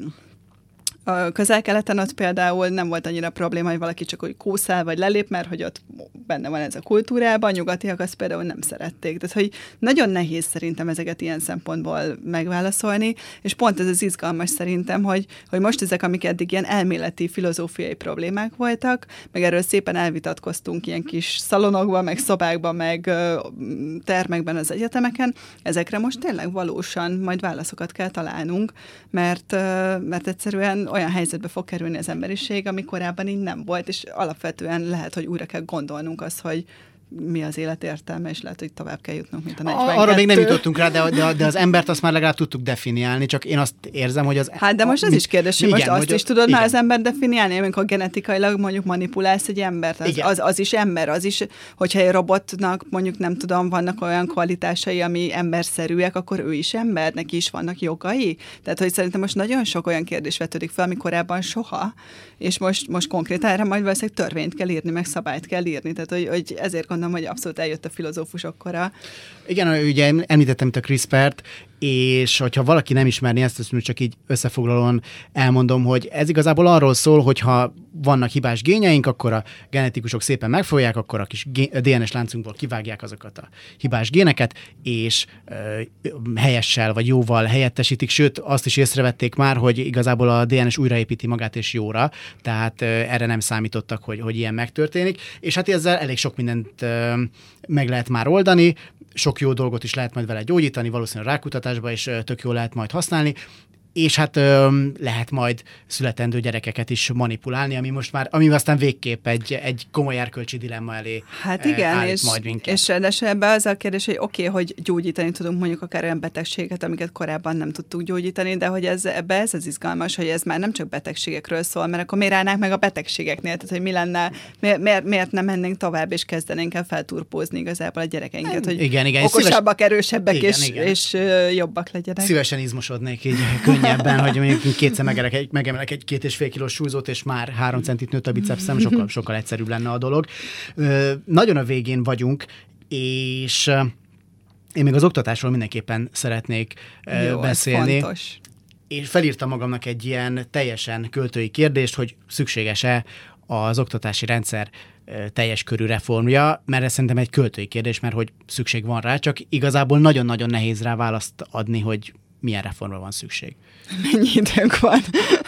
A Közel-Keleten ott például nem volt annyira probléma, hogy valaki csak úgy kószál vagy lelép, mert hogy ott benne van ez a kultúrában, a nyugatiak azt például nem szerették. Tehát, hogy nagyon nehéz szerintem ezeket ilyen szempontból megválaszolni, és pont ez az izgalmas szerintem, hogy, hogy most ezek, amik eddig ilyen elméleti, filozófiai problémák voltak, meg erről szépen elvitatkoztunk ilyen kis szalonokban, meg szobákban, meg termekben az egyetemeken, ezekre most tényleg valósan majd válaszokat kell találnunk, mert, mert egyszerűen olyan helyzetbe fog kerülni az emberiség, ami korábban így nem volt, és alapvetően lehet, hogy újra kell gondolnunk azt, hogy mi az élet értelme, és lehet, hogy tovább kell jutnunk, mint a negyvenkettő. Arra még nem jutottunk rá, de, de, de az embert azt már legalább tudtuk definiálni, csak én azt érzem, hogy az... Hát de most ez is kérdés, hogy igen, most azt hogy is tudod igen. már az ember definiálni, amikor genetikailag mondjuk manipulálsz egy embert, az, az, az is ember, az is, hogyha egy robotnak mondjuk nem tudom, vannak olyan kvalitásai, ami emberszerűek, akkor ő is ember, neki is vannak jogai. Tehát, hogy szerintem most nagyon sok olyan kérdés vetődik fel, ami korábban soha, és most, most konkrétan erre majd valószínűleg törvényt kell írni, meg szabályt kell írni. Tehát, hogy, hogy ezért gondolom, hogy abszolút eljött a filozófusok kora. Igen, ugye említettem itt a CRISPR-t, és hogyha valaki nem ismerni ezt, azt csak így összefoglalóan elmondom, hogy ez igazából arról szól, hogy ha vannak hibás génjeink, akkor a genetikusok szépen megfogják, akkor a kis dé en es láncunkból kivágják azokat a hibás géneket, és ö, helyessel vagy jóval helyettesítik, sőt azt is észrevették már, hogy igazából a dé en es újraépíti magát és jóra, tehát ö, erre nem számítottak, hogy, hogy ilyen megtörténik, és hát ezzel elég sok mindent ö, meg lehet már oldani, sok jó dolgot is lehet majd vele gyógyítani, valószínűleg rákutatásba is tök jól lehet majd használni, és hát ö, lehet majd születendő gyerekeket is manipulálni, ami most már, ami aztán végképp egy, egy komoly erkölcsi dilemma elé hát igen, állít és, majd minket. És ráadásul ebben az a kérdés, hogy oké, okay, hogy gyógyítani tudunk mondjuk akár olyan betegséget, amiket korábban nem tudtuk gyógyítani, de hogy ez, ebbe ez az izgalmas, hogy ez már nem csak betegségekről szól, mert akkor miért állnánk meg a betegségeknél, tehát hogy mi lenne, miért, miért, miért nem mennénk tovább, és kezdenénk el felturpózni igazából a gyerekeinket, hogy igen, igen, okosabbak, szíves... erősebbek, igen, és, igen. és uh, jobbak legyenek. Szívesen izmosodnék így könnyebben, hogy mondjuk kétszer megemelek egy, megemelek egy két és fél kilós súlyzót, és már három centit nőtt a bicepszem, sokkal, sokkal egyszerűbb lenne a dolog. Ö, nagyon a végén vagyunk, és ö, én még az oktatásról mindenképpen szeretnék ö, Jó, beszélni. fontos. És felírtam magamnak egy ilyen teljesen költői kérdést, hogy szükséges-e az oktatási rendszer teljes körű reformja, mert ez szerintem egy költői kérdés, mert hogy szükség van rá, csak igazából nagyon-nagyon nehéz rá választ adni, hogy milyen reformra van szükség. Mennyi időnk van?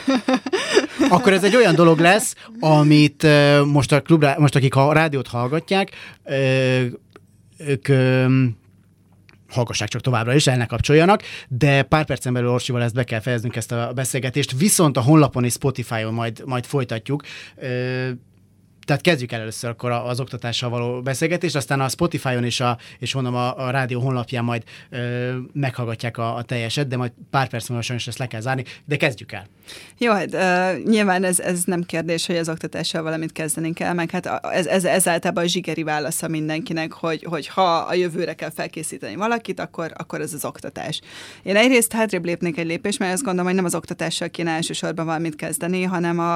Akkor ez egy olyan dolog lesz, amit uh, most, a klubra, most akik a rádiót hallgatják, uh, ők uh, hallgassák csak továbbra is, el ne kapcsoljanak, de pár percen belül Orsival ezt be kell fejeznünk, ezt a beszélgetést, viszont a honlapon és Spotify-on majd, majd folytatjuk. Uh, Tehát kezdjük el először akkor az oktatással való beszélgetést, aztán a Spotify-on és, a, és mondom, a, a rádió honlapján majd ö, meghallgatják a, a teljeset, de majd pár perc múlva sajnos ezt le kell zárni, de kezdjük el. Jó, hát uh, nyilván ez, ez nem kérdés, hogy az oktatással valamit kezdenünk el, meg hát ez, ez, ez általában a zsigeri válasza mindenkinek, hogy, hogy ha a jövőre kell felkészíteni valakit, akkor, akkor ez az oktatás. Én egyrészt hátrébb lépnék egy lépést, mert azt gondolom, hogy nem az oktatással kéne elsősorban valamit kezdeni, hanem a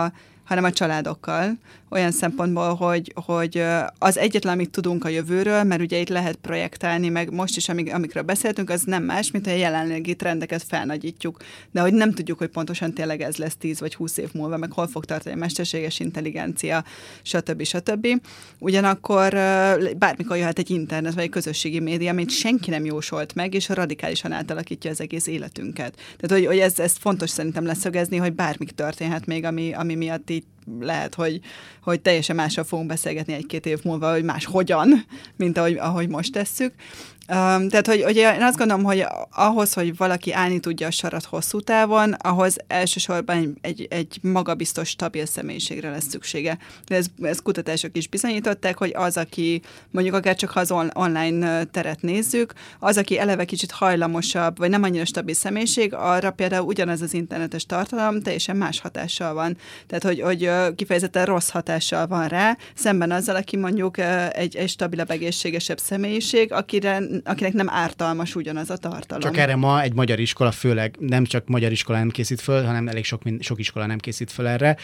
hanem a családokkal. Olyan szempontból, hogy, hogy az egyetlen, amit tudunk a jövőről, mert ugye itt lehet projektálni, meg most is, amik, amikről beszéltünk, az nem más, mint hogy a jelenlegi trendeket felnagyítjuk. De hogy nem tudjuk, hogy pontosan tényleg ez lesz tíz vagy húsz év múlva, meg hol fog tartani a mesterséges intelligencia, stb. stb. Ugyanakkor bármikor jöhet egy internet, vagy egy közösségi média, amit senki nem jósolt meg, és radikálisan átalakítja az egész életünket. Tehát, hogy, hogy ez, ez fontos szerintem leszögezni, hogy bármik történhet még, ami, ami miatt így lehet, hogy, hogy teljesen mással fogunk beszélgetni egy-két év múlva, hogy más hogyan, mint ahogy, ahogy most tesszük. Um, tehát, hogy, hogy én azt gondolom, hogy ahhoz, hogy valaki állni tudja a sarat hosszú távon, ahhoz elsősorban egy, egy, egy magabiztos, stabil személyiségre lesz szüksége. De ez, ez kutatások is bizonyították, hogy az, aki mondjuk akár csak ha az on, online teret nézzük, az, aki eleve kicsit hajlamosabb, vagy nem annyira stabil személyiség, arra például ugyanaz az internetes tartalom teljesen más hatással van. Tehát, hogy, hogy kifejezetten rossz hatással van rá, szemben azzal, aki mondjuk egy, egy stabilabb, egészségesebb személyiség, akire akinek nem ártalmas ugyanaz a tartalom. Csak erre ma egy magyar iskola, főleg nem csak magyar iskola nem készít föl, hanem elég sok, sok iskola nem készít föl erre.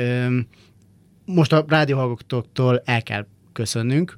Most a rádióhallgatóktól el kell köszönnünk.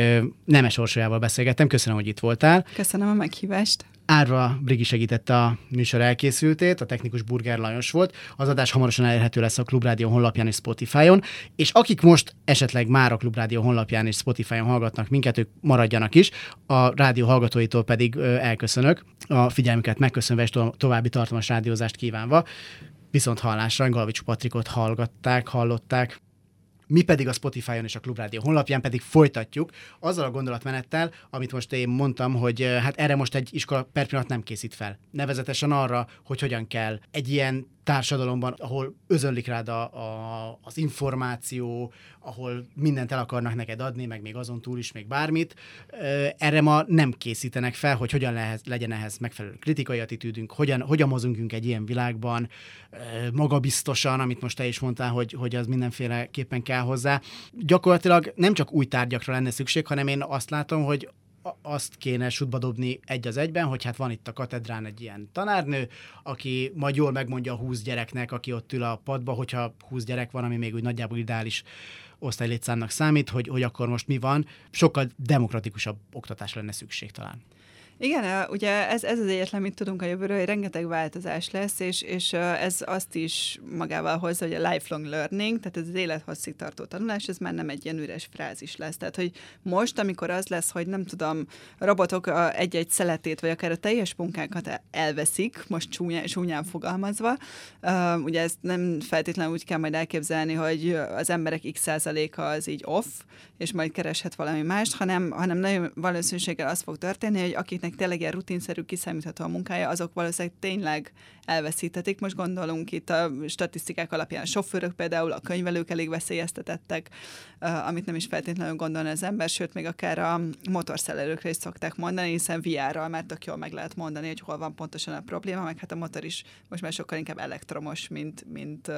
Nemes Orsolyával beszélgettem, köszönöm, hogy itt voltál. Köszönöm a meghívást. Árva Brigi segítette a műsor elkészültét, a technikus Burger Lajos volt. Az adás hamarosan elérhető lesz a Klubrádió honlapján és Spotify-on, és akik most esetleg már a Klubrádió honlapján és Spotify-on hallgatnak minket, ők maradjanak is. A rádió hallgatóitól pedig elköszönök. A figyelmüket megköszönve és további tartalmas rádiózást kívánva. Viszont hallásra Galavics Patrikot hallgatták, hallották. Mi pedig a Spotify-on és a Klubrádió honlapján pedig folytatjuk azzal a gondolatmenettel, amit most én mondtam, hogy hát erre most egy iskola per pillanat nem készít fel. Nevezetesen arra, hogy hogyan kell egy ilyen társadalomban, ahol özönlik rád a, a, az információ, ahol mindent el akarnak neked adni, meg még azon túl is még bármit. Erre ma nem készítenek fel, hogy hogyan lehez, legyen ehhez megfelelő kritikai attitűdünk, hogyan, hogyan mozogunk egy ilyen világban, magabiztosan, amit most te is mondtál, hogy, hogy az mindenféleképpen kell hozzá. Gyakorlatilag nem csak új tárgyakra lenne szükség, hanem én azt látom, hogy azt kéne sútba dobni egy az egyben, hogy hát van itt a katedrán egy ilyen tanárnő, aki majd jól megmondja a húsz gyereknek, aki ott ül a padba, hogyha húsz gyerek van, ami még úgy nagyjából ideális osztálylétszámnak számít, hogy, hogy akkor most mi van. Sokkal demokratikusabb oktatásra lenne szükség talán. Igen, ugye ez, ez az egyetlen, mit tudunk a jövőről, hogy rengeteg változás lesz, és, és ez azt is magával hozza, hogy a lifelong learning, tehát ez az élethosszig tartó tanulás, ez már nem egy ilyen üres frázis lesz. Tehát, hogy most, amikor az lesz, hogy nem tudom, a robotok egy-egy szeletét, vagy akár a teljes munkánkat elveszik, most csúnyán, csúnyán fogalmazva, uh, ugye ezt nem feltétlenül úgy kell majd elképzelni, hogy az emberek x százaléka az így off, és majd kereshet valami mást, hanem, hanem nagyon valószínűséggel az fog történni, hogy akiknek tényleg ilyen rutinszerű, kiszámítható a munkája, azok valószínűleg tényleg elveszíthetik. Most gondolunk itt a statisztikák alapján a sofőrök például, a könyvelők elég veszélyeztetettek, amit nem is feltétlenül gondolna az ember, sőt, még akár a motorszerelőkre is szokták mondani, hiszen vé er-ral már tök jól meg lehet mondani, hogy hol van pontosan a probléma, meg hát a motor is most már sokkal inkább elektromos, mint, mint uh,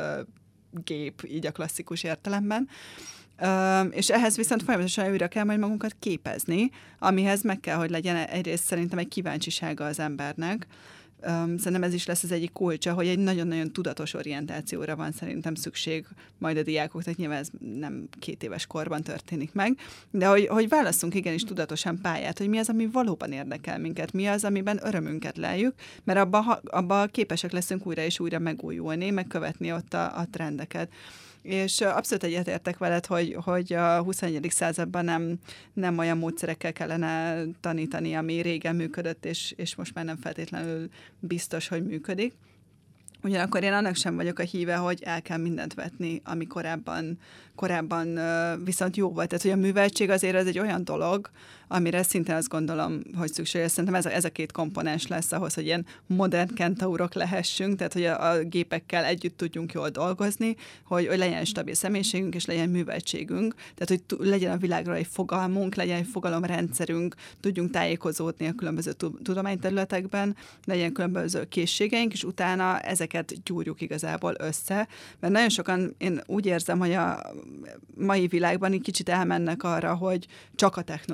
gép, így a klasszikus értelemben. Uh, és ehhez viszont folyamatosan újra kell majd magunkat képezni, amihez meg kell, hogy legyen egyrészt szerintem egy kíváncsisága az embernek. Um, szerintem ez is lesz az egyik kulcsa, hogy egy nagyon-nagyon tudatos orientációra van szerintem szükség majd a diákoknak, nyilván ez nem két éves korban történik meg, de hogy, hogy válasszunk igenis tudatosan pályát, hogy mi az, ami valóban érdekel minket, mi az, amiben örömünket leljük, mert abban abba képesek leszünk újra és újra megújulni, megkövetni ott a, a trendeket. És abszolút egyetértek veled, hogy, hogy a huszonegyedik században nem, nem olyan módszerekkel kellene tanítani, ami régen működött, és, és most már nem feltétlenül biztos, hogy működik. Ugyanakkor én annak sem vagyok a híve, hogy el kell mindent vetni, ami korábban, korábban viszont jó volt. Tehát, hogy a műveltség azért ez egy olyan dolog, amire szintén azt gondolom, hogy szükséges. Szerintem ez a, ez a két komponens lesz ahhoz, hogy ilyen modern kentaurok lehessünk, tehát, hogy a, a gépekkel együtt tudjunk jól dolgozni, hogy, hogy legyen stabil személyiségünk, és legyen műveltségünk, tehát, hogy t- legyen a világról egy fogalmunk, legyen egy fogalomrendszerünk, tudjunk tájékozódni a különböző tudományterületekben, legyen különböző készségeink, és utána ezeket gyúrjuk igazából össze, mert nagyon sokan, én úgy érzem, hogy a mai világban egy kicsit elmennek arra, hogy csak a technológia van,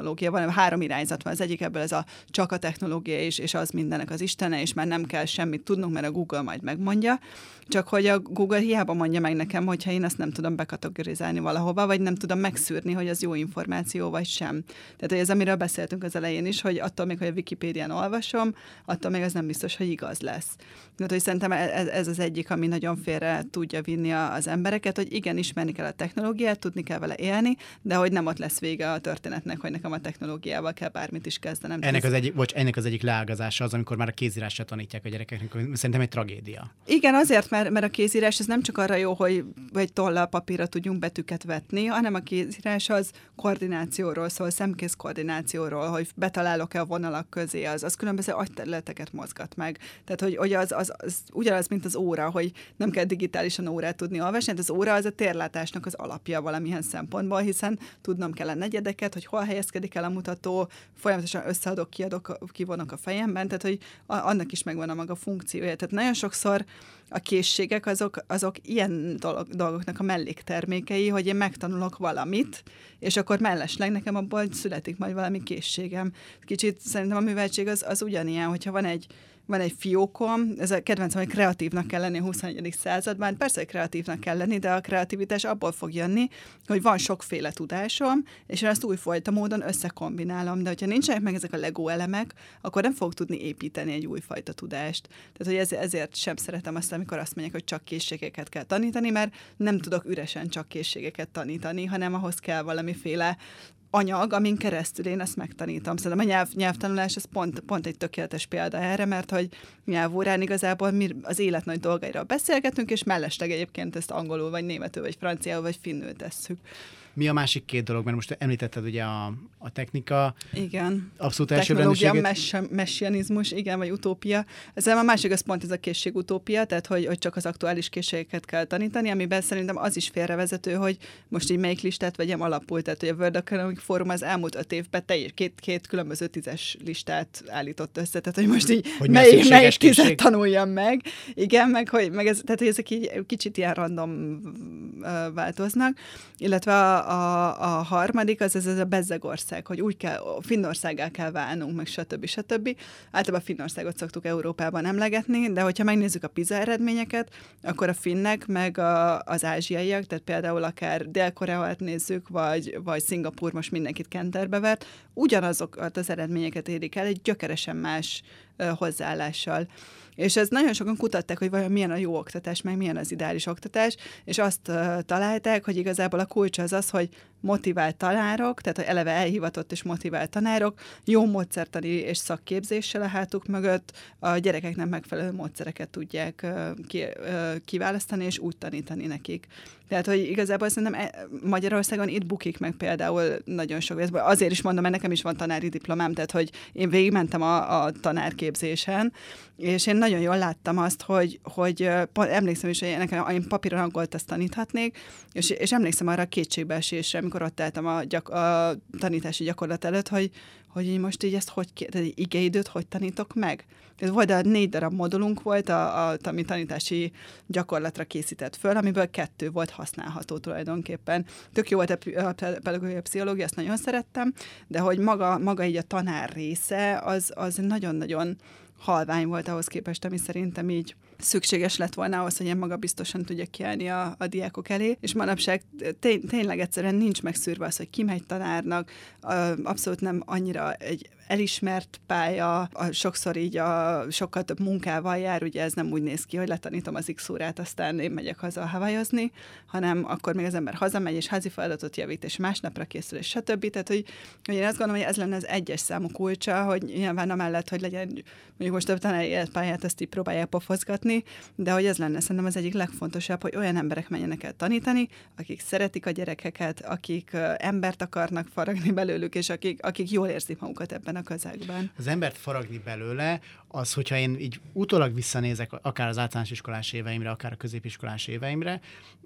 három irányzat van. Az egyik ebből ez a csak a technológia is, és az mindennek az istene, és már nem kell semmit tudnunk, mert a Google majd megmondja. Csak hogy a Google hiába mondja meg nekem, hogyha én azt nem tudom bekategorizálni valahova, vagy nem tudom megszűrni, hogy az jó információ, vagy sem. Tehát, hogy ez, amiről beszéltünk az elején is, hogy attól még, hogy a Wikipédián olvasom, attól még az nem biztos, hogy igaz lesz. Tehát, hogy szerintem ez, ez az egyik, ami nagyon félre tudja vinni az embereket, hogy igen, ismerni kell a technológiát, tudni kell vele élni, de hogy nem ott lesz vége a történetnek, hogy nekem a technológiával kell bármit is kezdenem. Ennek az egyik, bocs, ennek az egyik leágazása az, amikor már a kézírásra tanítják a gyerekeknek, szerintem egy tragédia. Igen, azért, mert, mert a kézírás ez nem csak arra jó, hogy egy tollal papírra tudjunk betűket vetni, hanem a kézírás az koordinációról szól, szemkész koordinációról, hogy betalálok-e a vonalak közé, az, az különböző agyterületeket mozgat meg. Tehát, hogy, hogy az, az, az ugyanaz, mint az óra, hogy nem kell digitálisan órát tudni olvasni, hát az óra az a térlátásnak az alapja valamilyen szempontból, hiszen tudnom kell a negyedeket, hogy hol helyezkedik el a mutató, folyamatosan összeadok, kiadok, kivonok a fejemben, tehát, hogy annak is megvan a maga funkciója. Tehát nagyon sokszor a készségek azok, azok ilyen dolog, dolgoknak a melléktermékei, hogy én megtanulok valamit, és akkor mellesleg nekem abból születik majd valami készségem. Kicsit szerintem a műveltség az, az ugyanilyen, hogyha van egy van egy fiókom, ez a kedvencem, hogy kreatívnak kell lenni a huszonegyedik században. Persze, hogy kreatívnak kell lenni, de a kreativitás abból fog jönni, hogy van sokféle tudásom, és én ezt újfajta módon összekombinálom. De hogyha nincsenek meg ezek a Lego elemek, akkor nem fog tudni építeni egy újfajta tudást. Tehát, hogy ez, ezért sem szeretem azt, amikor azt mondják, hogy csak készségeket kell tanítani, mert nem tudok üresen csak készségeket tanítani, hanem ahhoz kell valamiféle anyag, amin keresztül én ezt megtanítom. Szerintem a nyelv, nyelvtanulás ez pont, pont egy tökéletes példa erre, mert hogy nyelvórán igazából mi az élet nagy dolgairól beszélgetünk, és mellesleg egyébként ezt angolul, vagy németül, vagy franciául, vagy finnül tesszük. Mi a másik két dolog? Mert most említetted ugye a, a technika. Igen. Abszolút technológia, mess- messianizmus, igen, vagy utópia. Ez a másik az pont ez a készség utópia, tehát hogy, hogy csak az aktuális készségeket kell tanítani, amiben szerintem az is félrevezető, hogy most így melyik listát vegyem alapul. Tehát, hogy a World Economic Forum az elmúlt öt évben teljes, két, két különböző tízes listát állított össze. Tehát, hogy most így hogy melyik, melyik tízet tanuljam meg. Igen, meg, hogy, meg ez, tehát, hogy ezek így kicsit ilyen random uh, változnak. Illetve a A, a harmadik az ez, ez a bezzegország, hogy úgy kell, Finnországgá kell válnunk, meg stb. stb. Általában Finnországot szoktuk Európában emlegetni, de hogyha megnézzük a PISA eredményeket, akkor a finnek, meg a, az ázsiaiak, tehát például akár Dél-Koreát nézzük, vagy, vagy Szingapúr most mindenkit kenterbe vert, ugyanazokat az eredményeket érik el egy gyökeresen más uh, hozzáállással. És ez nagyon sokan kutatták, hogy vajon milyen a jó oktatás, meg milyen az ideális oktatás, és azt uh, találták, hogy igazából a kulcs az az, hogy motivált tanárok, tehát hogy eleve elhivatott és motivált tanárok, jó módszertani és szakképzéssel a hátuk mögött a gyerekeknek megfelelő módszereket tudják uh, ki, uh, kiválasztani, és úgy tanítani nekik. Tehát, hogy igazából szerintem Magyarországon itt bukik meg például nagyon sok részben. Azért is mondom, mert nekem is van tanári diplomám, tehát, hogy én végigmentem a, a tanárképzésen, és én nagyon jól láttam azt, hogy, hogy emlékszem is, hogy nekem én papíron angolt azt taníthatnék, és, és emlékszem arra a kétségbeesésre, amikor ott álltam a, gyak, a tanítási gyakorlat előtt, hogy, hogy így most így ezt hogy, tehát igeidőt hogy tanítok meg? Tehát volt a négy darab modulunk volt, a, a, ami tanítási gyakorlatra készített föl, amiből kettő volt használható tulajdonképpen. Tök jó volt a, a pedagógiai pszichológia, azt nagyon szerettem, de hogy maga, maga így a tanár része, az, az nagyon-nagyon halvány volt ahhoz képest, ami szerintem így szükséges lett volna ahhoz, hogy én maga biztosan tudjak kiállni a, a diákok elé, és manapság tény, tényleg egyszerűen nincs megszűrve az, hogy ki megy tanárnak, abszolút nem annyira egy elismert pálya, a, sokszor így a, sokkal több munkával jár, ugye ez nem úgy néz ki, hogy letanítom az X órát, aztán én megyek haza havajozni, hanem akkor még az ember hazamegy, és házi feladatot javít, és másnapra készül, és stb. Tehát, hogy, hogy én azt gondolom, hogy ez lenne az egyes számú kulcsa, hogy nyilván amellett, hogy legyen, mondjuk most több tanári életpályát, ezt így próbálják pofozgatni, de hogy ez lenne szerintem az egyik legfontosabb, hogy olyan emberek menjenek el tanítani, akik szeretik a gyerekeket, akik uh, embert akarnak faragni belőlük, és akik, akik jól érzik magukat ebben a közegben. Az embert faragni belőle, az, hogyha én így utólag visszanézek akár az általános iskolás éveimre, akár a középiskolás éveimre,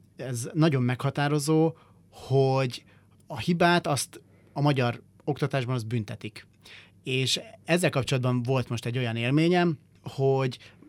ez nagyon meghatározó, hogy a hibát azt a magyar oktatásban azt büntetik. És ezzel kapcsolatban volt most egy olyan élményem, hogy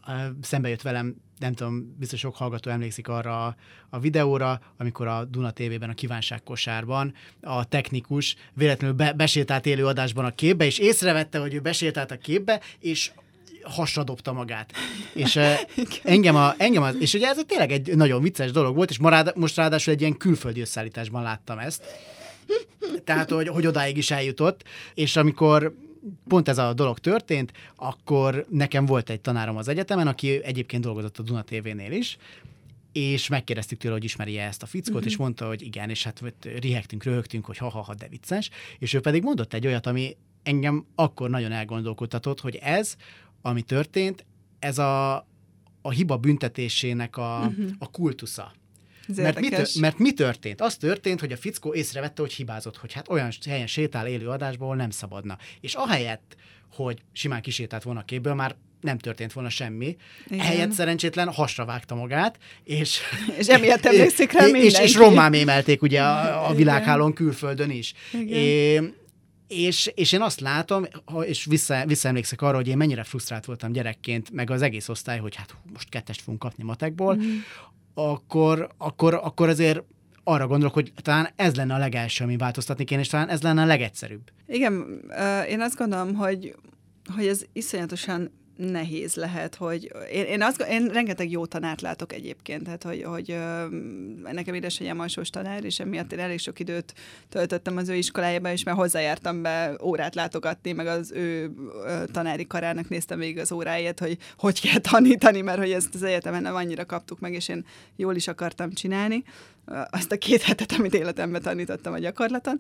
szembe jött velem, nem tudom, biztos sok hallgató emlékszik arra a, a videóra, amikor a Duna té vében a kívánságkosárban a technikus véletlenül be, besétált élő adásban a képbe, és észrevette, hogy ő besétált a képbe, és hasra dobta magát. És uh, engem, a, engem az, és ugye ez tényleg egy nagyon vicces dolog volt, és marád, most ráadásul egy ilyen külföldi összeállításban láttam ezt. Tehát, hogy, hogy odáig is eljutott, és amikor pont ez a dolog történt, akkor nekem volt egy tanárom az egyetemen, aki egyébként dolgozott a Duna té vénél is, és megkérdeztük tőle, hogy ismeri-e ezt a fickót, uh-huh. és mondta, hogy igen, és hát rihegtünk, röhögtünk, hogy ha-ha-ha, de vicces, és ő pedig mondott egy olyat, ami engem akkor nagyon elgondolkodtatott, hogy ez, ami történt, ez a, a hiba büntetésének a, uh-huh. a kultusza. Mert mi, tör, mert mi történt? Az történt, hogy a fickó észrevette, hogy hibázott, hogy hát olyan helyen sétál élő adásból, ahol nem szabadna. És ahelyett, hogy simán kisétált volna a képből, már nem történt volna semmi. Igen. Ehelyett szerencsétlen hasra vágta magát, és... És emiatt emlékszik rá mindenki. És, és rommá émelték ugye a, a világhálón külföldön is. É, és, és én azt látom, és vissza, visszaemlékszek arra, hogy én mennyire frusztrált voltam gyerekként, meg az egész osztály, hogy hát most kettest fogunk kapni matekból, mm. akkor, akkor, akkor azért arra gondolok, hogy talán ez lenne a legelső, ami változtatni kéne, és talán ez lenne a legegyszerűbb. Igen, én azt gondolom, hogy, hogy ez iszonyatosan nehéz lehet, hogy én, én, azt, én rengeteg jó tanárt látok egyébként, tehát hogy, hogy nekem édesanyám alsós tanár, és emiatt én elég sok időt töltöttem az ő iskolájába, és már hozzájártam be órát látogatni, meg az ő tanári karának néztem végig az óráját, hogy hogy kell tanítani, mert hogy ezt az egyetemen nem annyira kaptuk meg, és én jól is akartam csinálni azt a két hetet, amit életemben tanítottam a gyakorlaton.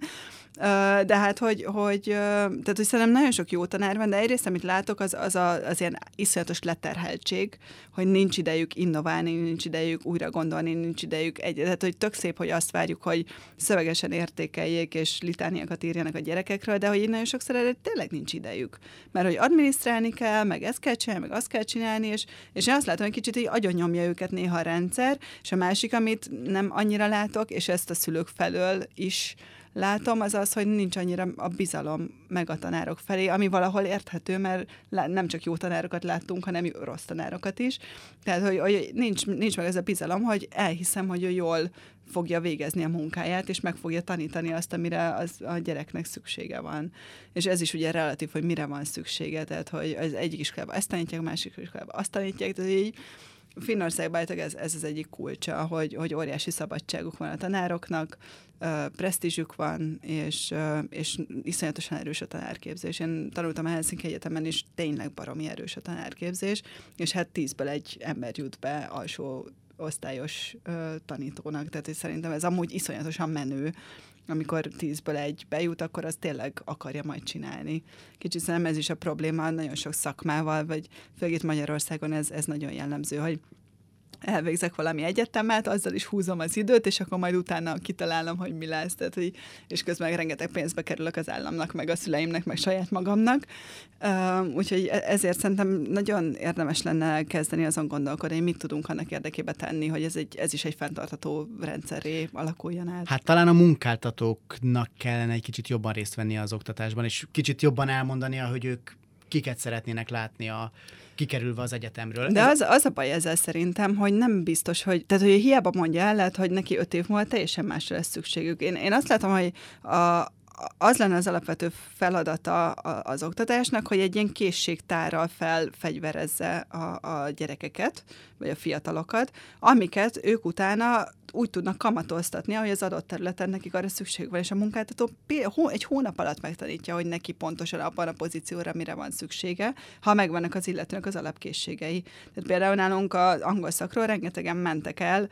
De hát, hogy, hogy, tehát, hogy szerintem nagyon sok jó tanár van, de egyrészt, amit látok, az, az, a, az ilyen iszonyatos leterheltség, hogy nincs idejük innoválni, nincs idejük újra gondolni, nincs idejük egy, tehát, hogy tök szép, hogy azt várjuk, hogy szövegesen értékeljék, és litániakat írjanak a gyerekekről, de hogy nagyon sokszor erre tényleg nincs idejük. Mert hogy adminisztrálni kell, meg ezt kell csinálni, meg azt kell csinálni, és, és én azt látom, hogy kicsit így agyonnyomja őket néha a rendszer, és a másik, amit nem annyira látok, és ezt a szülők felől is látom, az az, hogy nincs annyira a bizalom meg a tanárok felé, ami valahol érthető, mert nem csak jó tanárokat láttunk, hanem rossz tanárokat is. Tehát, hogy, hogy nincs, nincs meg ez a bizalom, hogy elhiszem, hogy ő jól fogja végezni a munkáját, és meg fogja tanítani azt, amire az, a gyereknek szüksége van. És ez is ugye relatív, hogy mire van szüksége, tehát, hogy az egyik iskolában ezt tanítják, a másik iskolában azt tanítják, tehát így Finnországban ez, ez az egyik kulcsa, hogy, hogy óriási szabadságuk van a tanároknak, uh, presztízsük van, és, uh, és iszonyatosan erős a tanárképzés. Én tanultam a Helsinki Egyetemen, és tényleg baromi erős a tanárképzés, és hát tízből egy ember jut be alsó osztályos uh, tanítónak, tehát szerintem ez amúgy iszonyatosan menő, amikor tízből egy bejut, akkor az tényleg akarja majd csinálni. Kicsit szerintem ez is a probléma nagyon sok szakmával, vagy főleg itt Magyarországon ez, ez nagyon jellemző, hogy elvégzek valami egyetemet, azzal is húzom az időt, és akkor majd utána kitalálom, hogy mi lesz. Tehát, hogy, és közben rengeteg pénzbe kerülök az államnak, meg a szüleimnek, meg saját magamnak. Uh, úgyhogy ezért szerintem nagyon érdemes lenne kezdeni azon gondolkodni, hogy mit tudunk annak érdekében tenni, hogy ez, egy, ez is egy fenntartható rendszerré alakuljon át. Hát talán a munkáltatóknak kellene egy kicsit jobban részt venni az oktatásban, és kicsit jobban elmondani, hogy ők kiket szeretnének látni a kikerülve az egyetemről. De az, az a baj ezzel szerintem, hogy nem biztos, hogy, tehát hogy hiába mondja el, lehet, hogy neki öt év múlva teljesen másra lesz szükségük. Én, én azt látom, hogy a, az lenne az alapvető feladata az oktatásnak, hogy egy ilyen készségtárral felfegyverezze a, a gyerekeket, vagy a fiatalokat, amiket ők utána úgy tudnak kamatoztatni, hogy az adott területen nekik arra szükség van, és a munkáltató egy hónap alatt megtanítja, hogy neki pontosan abban a pozícióra mire van szüksége, ha megvannak az illetőnek az alapkészségei. Tehát például nálunk az angol szakról rengetegen mentek el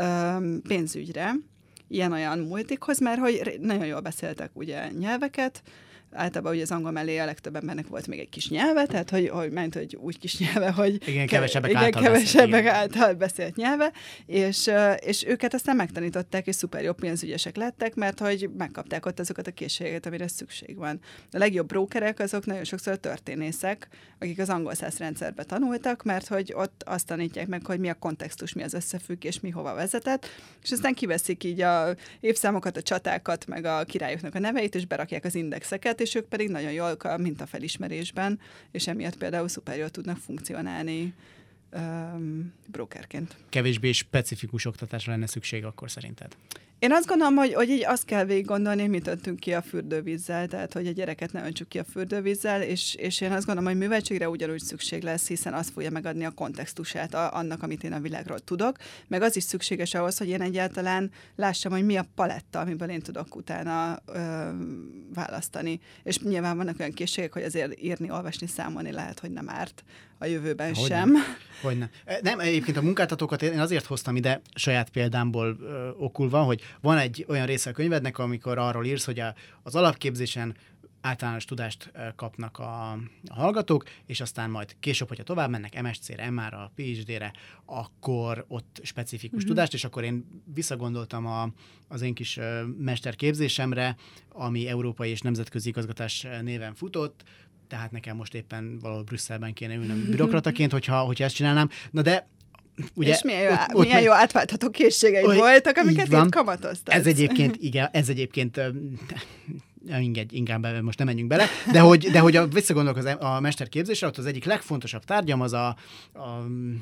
öm, pénzügyre, ilyen-olyan multikhoz, mert hogy nagyon jól beszéltek ugye nyelveket, általában ugye az angol mellé a legtöbb embernek volt még egy kis nyelve, tehát hogy, hogy ment, hogy úgy kis nyelve, hogy igen, kevesebbek, igen, által, kevesebbek beszélt, által beszélt nyelve, és, és őket aztán megtanították, és szuper jó pénzügyesek lettek, mert hogy megkapták ott azokat a készségeket, amire szükség van. A legjobb brókerek azok nagyon sokszor a történészek, akik az angol száz rendszerbe tanultak, mert hogy ott azt tanítják meg, hogy mi a kontextus, mi az összefüggés, mi hova vezetett, és aztán kiveszik így a évszámokat, a csatákat, meg a királyoknak a neveit, és berakják az indexeket, és ők pedig nagyon jól a mintafelismerésben, és emiatt például szuper jól tudnak funkcionálni. um, brokerként. Kevésbé specifikus oktatásra lenne szükség akkor szerinted? Én azt gondolom, hogy, hogy így azt kell végig gondolni, hogy mit öntünk ki a fürdővízzel, tehát hogy a gyereket ne öntsük ki a fürdővízzel, és, és én azt gondolom, hogy műveltségre ugyanúgy szükség lesz, hiszen az fogja megadni a kontextusát a, annak, amit én a világról tudok, meg az is szükséges ahhoz, hogy én egyáltalán lássam, hogy mi a paletta, amiből én tudok utána ö, választani. És nyilván vannak olyan készségek, hogy azért írni, olvasni, számolni lehet, hogy nem árt a jövőben Hogy sem. Nem. Hogy nem. nem, egyébként a munkáltatókat én azért hoztam ide saját példámból ö, okulva, hogy van egy olyan része a könyvednek, amikor arról írsz, hogy a, az alapképzésen általános tudást kapnak a, a hallgatók, és aztán majd később, hogyha tovább mennek em es cére, em á-ra, pé há dé-re, akkor ott specifikus uh-huh. tudást, és akkor én visszagondoltam a, az én kis mesterképzésemre, ami európai és nemzetközi igazgatás néven futott, tehát nekem most éppen valahol Brüsszelben kéne ülnöm bürokrataként, hogyha, hogyha ezt csinálnám. Na de ugye, és milyen jó, ott, ott milyen meg, jó átváltható készségeid hogy, voltak, amiket itt kamatoztad. Ez egyébként, igen, ez egyébként inkább, inkább most nem menjünk bele, de hogy, de hogy a, visszagondolok az, a mesterképzésre, ott az egyik legfontosabb tárgyam az a, a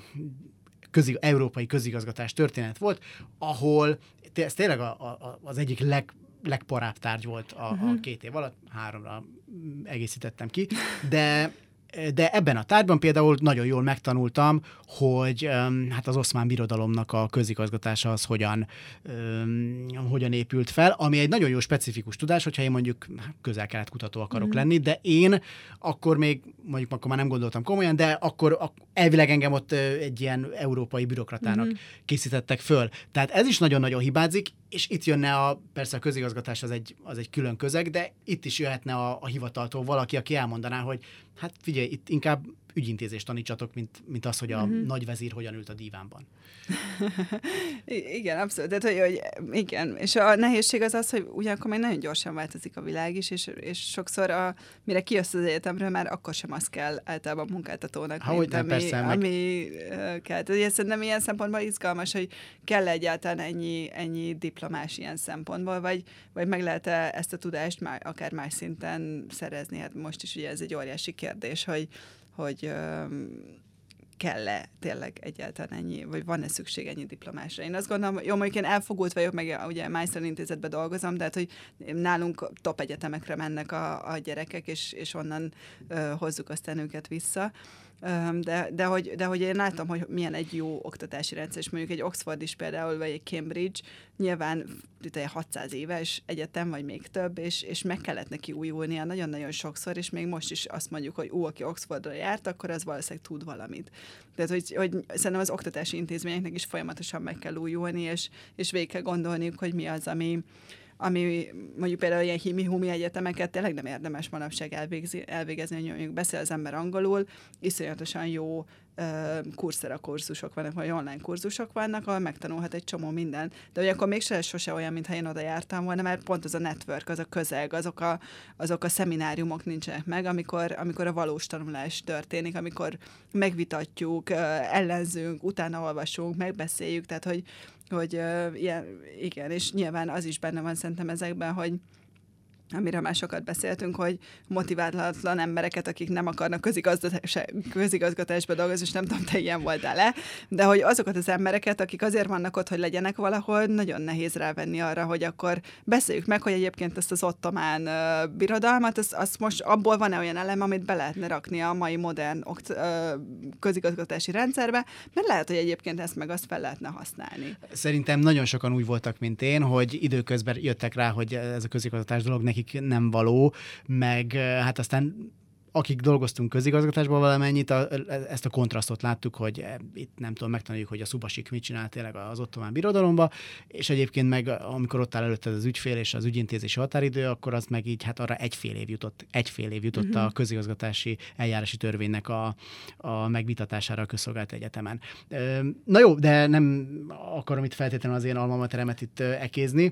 közig, európai közigazgatás történet volt, ahol ez tényleg a, a, az egyik leg legparább tárgy volt a, uh-huh. a két év alatt, háromra egészítettem ki, de, de ebben a tárgyban például nagyon jól megtanultam, hogy um, hát az oszmán birodalomnak a közigazgatása az hogyan, um, hogyan épült fel, ami egy nagyon jó specifikus tudás, hogyha én mondjuk közel-kelet kutató akarok uh-huh. lenni, de én akkor még, mondjuk akkor már nem gondoltam komolyan, de akkor ak- elvileg engem ott uh, egy ilyen európai bürokratának uh-huh. készítettek föl. Tehát ez is nagyon-nagyon hibázik, és itt jönne a, persze a közigazgatás az egy, az egy külön közeg, de itt is jöhetne a, a hivataltól valaki, aki elmondaná, hogy hát figyelj, itt inkább ügyintézést tanítsatok, mint, mint az, hogy a uh-huh. nagyvezír hogyan ült a dívánban. Igen, abszolút. Tehát, hogy, hogy igen, és a nehézség az az, hogy ugyanakkor még nagyon gyorsan változik a világ is, és, és sokszor, a, mire kijössz az egyetemről, már akkor sem az kell általában munkáltatónak, ha, mint nem, ami, persze, ami meg... kell. Tehát szerintem ilyen szempontból izgalmas, hogy kell egyáltalán ennyi, ennyi diplomás ilyen szempontból, vagy, vagy meg lehet-e ezt a tudást már, akár más szinten szerezni? Hát most is ugye ez egy óriási kérdés, hogy hogy um, kell-e tényleg egyáltalán ennyi, vagy van-e szükség ennyi diplomásra. Én azt gondolom, jó, mondjuk én elfogult vagyok, meg ugye Májszor intézetben dolgozom, de hát, hogy nálunk top egyetemekre mennek a, a gyerekek, és, és onnan uh, hozzuk aztán őket vissza. De, de, hogy, de hogy én látom, hogy milyen egy jó oktatási rendszer, és mondjuk egy Oxford is például, vagy egy Cambridge, nyilván hatszáz éves egyetem, vagy még több, és, és meg kellett neki újulnia nagyon-nagyon sokszor, és még most is azt mondjuk, hogy ú, aki Oxfordra járt, akkor az valószínűleg tud valamit. Tehát, hogy, hogy szerintem az oktatási intézményeknek is folyamatosan meg kell újulni, és, és végig kell gondolniuk, hogy mi az, ami ami mondjuk például ilyen himi-humi egyetemeket tényleg nem érdemes manapság elvégzi, elvégezni, hogy mondjuk beszél az ember angolul, iszonyatosan jó uh, Coursera kurzusok vannak, vagy online kurzusok vannak, ahol megtanulhat egy csomó minden. De hogy akkor mégsem sose olyan, mintha én oda jártam volna, mert pont az a network, az a közeg, azok a, azok a szemináriumok nincsenek meg, amikor, amikor a valós tanulás történik, amikor megvitatjuk, uh, ellenzünk, utána olvasunk, megbeszéljük, tehát hogy hogy uh, ilyen, igen, és nyilván az is benne van szerintem ezekben, hogy amiről már sokat beszéltünk, hogy motiválatlan embereket, akik nem akarnak közigazgatás, közigazgatásba dolgozni, és nem tudom, te ilyen voltál-e, de hogy azokat az embereket, akik azért vannak ott, hogy legyenek valahol, nagyon nehéz rávenni arra, hogy akkor beszéljük meg, hogy egyébként ezt az ottomán uh, birodalmat, az, az most abból van-e olyan elem, amit be lehetne rakni a mai modern okt- uh, közigazgatási rendszerbe, mert lehet, hogy egyébként ezt meg azt fel lehetne használni. Szerintem nagyon sokan úgy voltak, mint én, hogy időközben jöttek rá, hogy ez a közigazgatás dolog nekik nem való, meg hát aztán akik dolgoztunk közigazgatásban valamennyit, a, ezt a kontrasztot láttuk, hogy itt nem tudom, megtanuljuk, hogy a Szubasik mit csinál tényleg az ottomán birodalomba, és egyébként meg amikor ott áll előtted az ügyfél és az ügyintézési határidő, akkor az meg így, hát arra egy fél év jutott, egy fél év jutott uh-huh. a közigazgatási eljárási törvénynek a, a megvitatására a közszolgálati egyetemen. Na jó, de nem akarom itt feltétlenül az én alma materemet itt ekézni,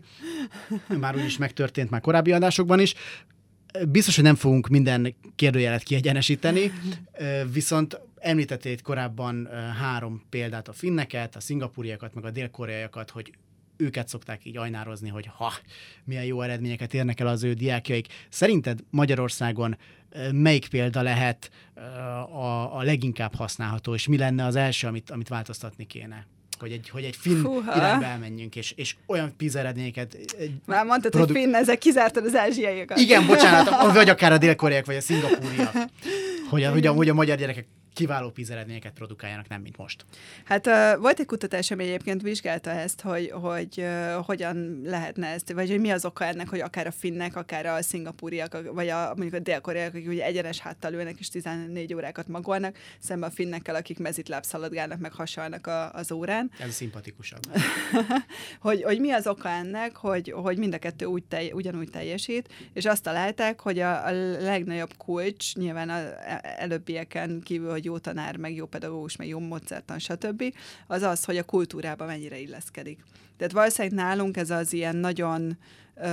már úgyis megtörtént már korábbi adásokban is. Biztos, hogy nem fogunk minden kérdőjelet kiegyenesíteni, viszont említettél itt korábban három példát, a finneket, a szingapúriakat, meg a dél-koreaiakat, hogy őket szokták így ajnározni, hogy ha, milyen jó eredményeket érnek el az ő diákjaik. Szerinted Magyarországon melyik példa lehet a, a leginkább használható, és mi lenne az első, amit, amit változtatni kéne? Hogy egy, hogy egy finn Fúha. irányba elmenjünk, és, és olyan pízeredményeket... Már mondtad, produ- hogy finn, ezek kizártad az ázsiaiakat. Igen, bocsánat, vagy akár a dél-koreaiak, vagy a szingapúriak. Hogy a, hogy, a, hogy a magyar gyerekek kiváló pízeredményeket produkáljanak, nem mint most. Hát uh, volt egy kutatás, ami egyébként vizsgálta ezt, hogy, hogy uh, hogyan lehetne ezt, vagy hogy mi az oka ennek, hogy akár a finnek, akár a szingapúriak, vagy a, mondjuk a dél-koreaiak, akik ugye egyenes háttal ülnek és tizennégy órákat magolnak, szemben a finnekkel, akik mezitláb szaladgálnak, meg hasalnak a, az órán. Ez szimpatikusabb. hogy, hogy mi az oka ennek, hogy, hogy mind a kettő úgy telj, ugyanúgy teljesít, és azt találták, hogy a, a legnagyobb kulcs, nyilván az előbbieken kívül, hogy jó tanár, meg jó pedagógus, meg jó módszertan, stb., az az, hogy a kultúrába mennyire illeszkedik. Tehát valószínűleg nálunk ez az ilyen nagyon, ö,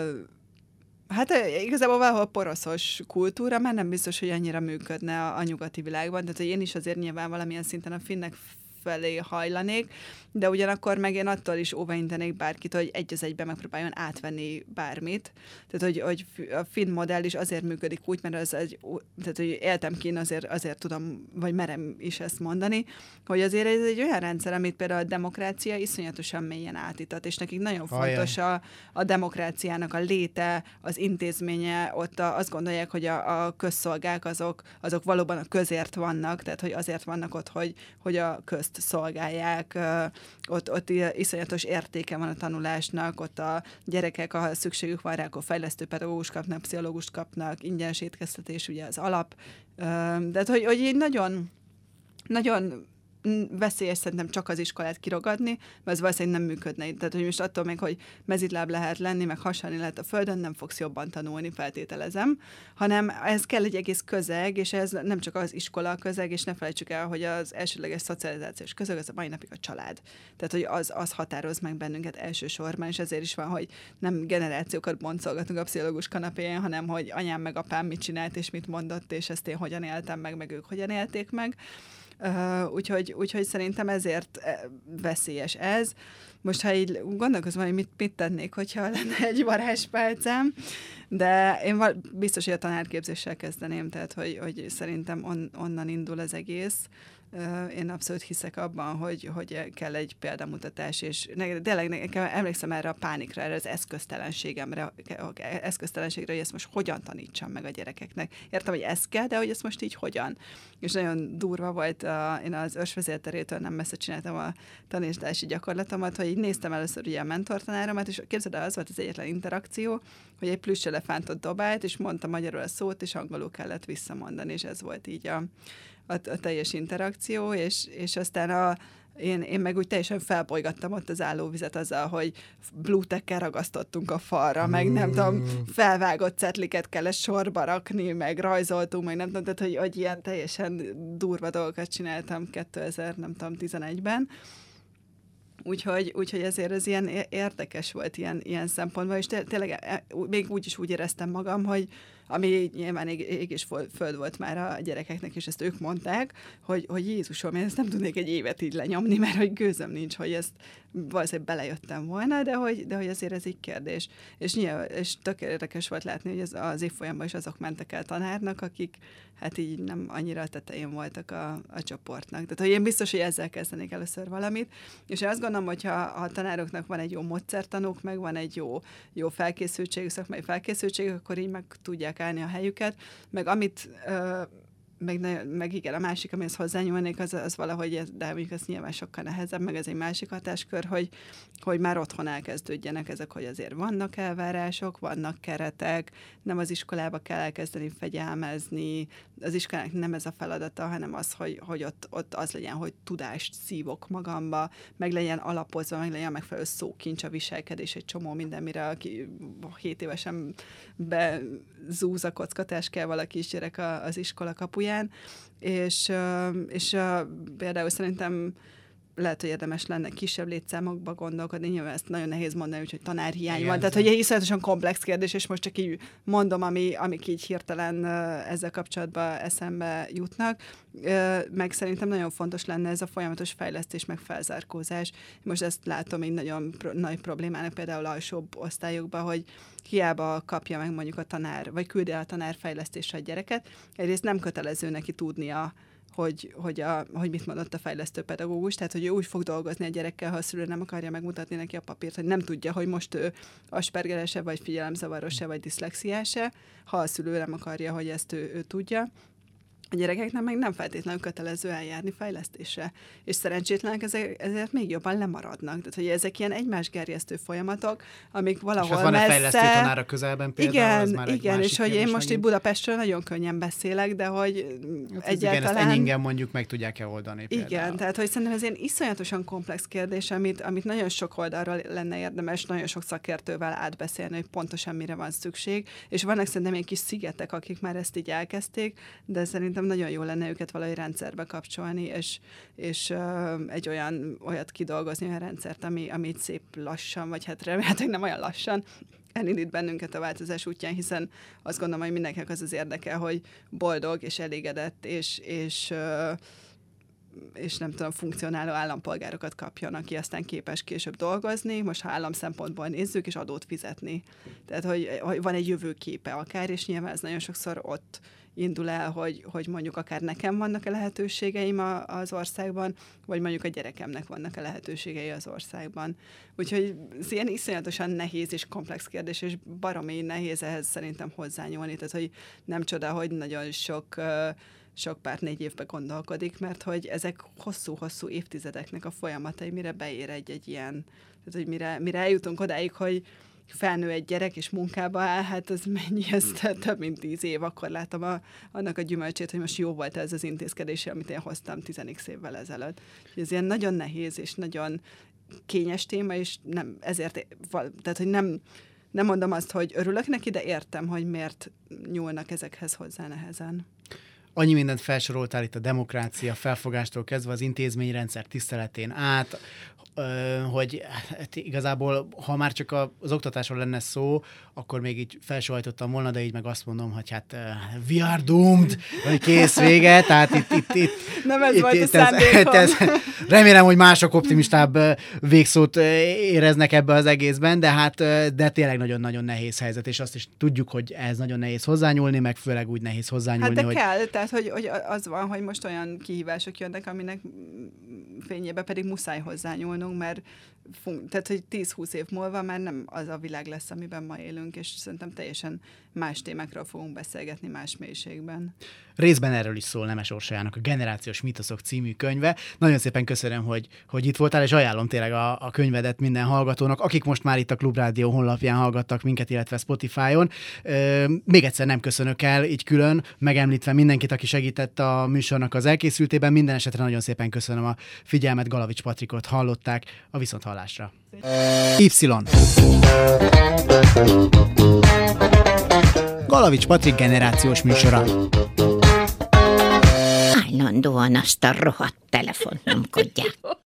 hát igazából valahol poroszos kultúra, már nem biztos, hogy annyira működne a, a nyugati világban, tehát hogy én is azért nyilván valamilyen szinten a finnek felé hajlanék, de ugyanakkor meg én attól is óvaintenék bárkit, hogy egy az egyben megpróbáljon átvenni bármit. Tehát, hogy, hogy a finn modell is azért működik úgy, mert az egy, tehát, hogy éltem kint, azért, azért tudom, vagy merem is ezt mondani, hogy azért ez egy olyan rendszer, amit például a demokrácia iszonyatosan mélyen átítat, és nekik nagyon Ajaj. fontos a, a demokráciának a léte, az intézménye, ott a, azt gondolják, hogy a, a közszolgák azok, azok valóban a közért vannak, tehát, hogy azért vannak ott, hogy, hogy a közt szolgálják, ott, ott iszonyatos értéke van a tanulásnak, ott a gyerekek, ha szükségük van rá, akkor fejlesztő pedagógus kapnak, pszichológust kapnak, ingyenes étkeztetés, ugye az alap. De hogy, hogy így nagyon, nagyon veszélyes szerintem csak az iskolát kirogadni, mert ez valószínűleg nem működne. Tehát, hogy most attól még, hogy mezitláb lehet lenni, meg hasalni lehet a földön, nem fogsz jobban tanulni, feltételezem, hanem ez kell egy egész közeg, és ez nem csak az iskola közeg, és ne felejtsük el, hogy az elsődleges szocializációs közeg az a mai napig a család. Tehát, hogy az, az határoz meg bennünket elsősorban, és ezért is van, hogy nem generációkat boncolgatunk a pszichológus kanapéján, hanem hogy anyám meg apám mit csinált, és mit mondott, és ezt én hogyan éltem meg, meg ők hogyan élték meg. Uh, úgyhogy, úgyhogy szerintem ezért veszélyes ez. Most, ha így gondolkozom, hogy mit, mit tennék, hogyha lenne egy varázspálcám, de én val- biztos, hogy a tanárképzéssel kezdeném, tehát hogy, hogy szerintem on, onnan indul az egész. Uh, én abszolút hiszek abban, hogy, hogy kell egy példamutatás, és tényleg nekem emlékszem erre a pánikra, erre az eszköztelenségemre, eszköztelenségre, hogy ezt most hogyan tanítsam meg a gyerekeknek. Értem, hogy ez kell, de hogy ezt most így hogyan. És nagyon durva volt, a, én az ősvezérterétől nem messze csináltam a tanítási gyakorlatomat, hogy így néztem először ugye a mentortanáromat, és képzeld el, az volt az egyetlen interakció, hogy egy plüss elefántot dobált, és mondta magyarul a szót, és angolul kellett visszamondani, és ez volt így a A, a teljes interakció, és, és aztán a, én, én meg úgy teljesen felbolygattam ott az állóvizet azzal, hogy bluetekkel ragasztottunk a falra, mm. meg nem tudom, felvágott cetliket kellett sorba rakni, meg rajzoltunk, meg nem tudom, tehát, hogy, hogy ilyen teljesen durva dolgokat csináltam kétezer-tizenegyben. Úgyhogy, úgyhogy ezért ez ilyen érdekes volt ilyen, ilyen szempontból, és tényleg még úgy is úgy éreztem magam, hogy ami nyilván ég, ég és föld volt már a gyerekeknek, és ezt ők mondták, hogy, hogy Jézusom, én ezt nem tudnék egy évet így lenyomni, mert hogy gőzöm nincs, hogy ezt valószínűleg belejöttem volna, de hogy, de hogy azért ez egy kérdés. És nyilván, és tök érdekes volt látni, hogy az, az évfolyamban is azok mentek el tanárnak, akik hát így nem annyira a tetején voltak a, a csoportnak. Tehát, hogy én biztos, hogy ezzel kezdenék először valamit, és én azt gondolom, hogy ha a tanároknak van egy jó módszertanuk, meg van egy jó, jó felkészültség, szakmai felkészültség, akkor így meg tudják állni a helyüket, meg amit ö, meg, meg igen, a másik, amihez hozzányúlnék, az, az valahogy, de mondjuk ez nyilván sokkal nehezebb, meg ez egy másik hatáskör, hogy, hogy már otthon elkezdődjenek ezek, hogy azért vannak elvárások, vannak keretek, nem az iskolába kell elkezdeni fegyelmezni, az iskolának nem ez a feladata, hanem az, hogy, hogy ott, ott az legyen, hogy tudást szívok magamba, meg legyen alapozva, meg legyen megfelelő szókincs, a viselkedés, egy csomó minden, mire aki hét évesen bezúz a kockatás kell valaki is gyerek az iskola kapuján, és, és például szerintem lehet, hogy érdemes lenne kisebb létszámokba gondolkodni, nyilván ezt nagyon nehéz mondani, úgyhogy tanárhiány Igen, van. Tehát, hogy egy iszonyatosan komplex kérdés, és most csak így mondom, ami, amik így hirtelen ezzel kapcsolatban eszembe jutnak. Meg szerintem nagyon fontos lenne ez a folyamatos fejlesztés, meg felzárkózás. Most ezt látom így nagyon pro- nagy problémának például alsóbb osztályokban, hogy hiába kapja meg mondjuk a tanár, vagy küldi a tanár fejlesztésre a gyereket, egyrészt nem kötelező neki tudnia, hogy, hogy, a, hogy mit mondott a fejlesztő pedagógus, tehát hogy ő úgy fog dolgozni a gyerekkel, ha a szülő nem akarja megmutatni neki a papírt, hogy nem tudja, hogy most ő aspergeres-e, vagy figyelemzavaros-e, vagy diszlexiás-e, ha a szülő nem akarja, hogy ezt ő, ő tudja. A gyerekeknek meg nem feltétlenül kötelező eljárni fejlesztésre. És szerencsétlenek ezek, ezért még jobban lemaradnak. Tehát, hogy ezek ilyen egymásgerjesztő folyamatok, amik valahol és van messze... egy fejlesztő tanár a közelben például? Igen, az már igen, és hogy én most megint. itt Budapestről nagyon könnyen beszélek, de hogy hát egyáltalán... Igen, ezt ennyingen mondjuk meg tudják-e oldani például. Igen, tehát hogy szerintem ez ilyen iszonyatosan komplex kérdés, amit, amit nagyon sok oldalról lenne érdemes, nagyon sok szakértővel átbeszélni, hogy pontosan mire van szükség, és vannak szerintem ilyen kis szigetek, akik már ezt így elkezdték, de szerintem nagyon jó lenne őket valahogy rendszerbe kapcsolni, és, és uh, egy olyan, olyat kidolgozni, olyan rendszert, ami, ami így szép lassan, vagy hát remélhetőleg nem olyan lassan, elindít bennünket a változás útján, hiszen azt gondolom, hogy mindenkinek az az érdeke, hogy boldog és elégedett, és, és uh, és nem tudom, funkcionáló állampolgárokat kapjon, aki aztán képes később dolgozni, most ha állam szempontból nézzük, és adót fizetni. Tehát, hogy, hogy van egy jövőképe akár, és nyilván ez nagyon sokszor ott indul el, hogy, hogy mondjuk akár nekem vannak-e lehetőségeim a, az országban, vagy mondjuk a gyerekemnek vannak-e lehetőségei az országban. Úgyhogy ez ilyen iszonyatosan nehéz és komplex kérdés, és baromi nehéz ehhez szerintem hozzányúlni. Tehát, hogy nem csoda, hogy nagyon sok sok párt négy évben gondolkodik, mert hogy ezek hosszú-hosszú évtizedeknek a folyamatai, mire beér egy-egy ilyen, tehát hogy mire, mire eljutunk odáig, hogy felnő egy gyerek és munkába áll, hát ez mennyi, ez több mint tíz év, akkor látom a, annak a gyümölcsét, hogy most jó volt ez az intézkedés, amit én hoztam tizenik évvel ezelőtt. Ez ilyen nagyon nehéz és nagyon kényes téma, és nem, ezért, tehát hogy nem, nem mondom azt, hogy örülök neki, de értem, hogy miért nyúlnak ezekhez hozzá nehezen. Annyi mindent felsoroltál itt a demokrácia felfogástól kezdve az intézményrendszer tiszteletén át, hogy hát igazából, ha már csak az oktatásról lenne szó, akkor még így felsóhajtottam volna, de így meg azt mondom, hogy hát we are doomed, vagy kész vége, tehát itt... itt, itt nem ez itt, volt itt, a szándékom. ez, ez, remélem, hogy mások optimistább végszót éreznek ebbe az egészben, de hát de tényleg nagyon-nagyon nehéz helyzet, és azt is tudjuk, hogy ez nagyon nehéz hozzányúlni, meg főleg úgy nehéz hozzányúlni, hát de hogy... kell, tehát hogy, hogy az van, hogy most olyan kihívások jönnek, aminek fényébe pedig muszáj hozzányúlnunk, mert fun- tehát, hogy tíz-húsz év múlva már nem az a világ lesz, amiben ma élünk, és szerintem teljesen más témákról fogunk beszélgetni más mélységben. Részben erről is szól Nemes Orsolyának a Generációs Mítoszok című könyve. Nagyon szépen köszönöm, hogy, hogy itt voltál, és ajánlom tényleg a, a könyvedet minden hallgatónak, akik most már itt a Klubrádió honlapján hallgattak minket, illetve Spotify-on. Ö, még egyszer nem köszönök el, így külön, megemlítve mindenkit, aki segített a műsornak az elkészültében. Minden esetre nagyon szépen köszönöm a figyelmet, Galavics Patrikot hallották, a viszonthallásra. Y. Galavics Patrik generációs műsora. Állandóan azt a rohadt telefont nyomkodják.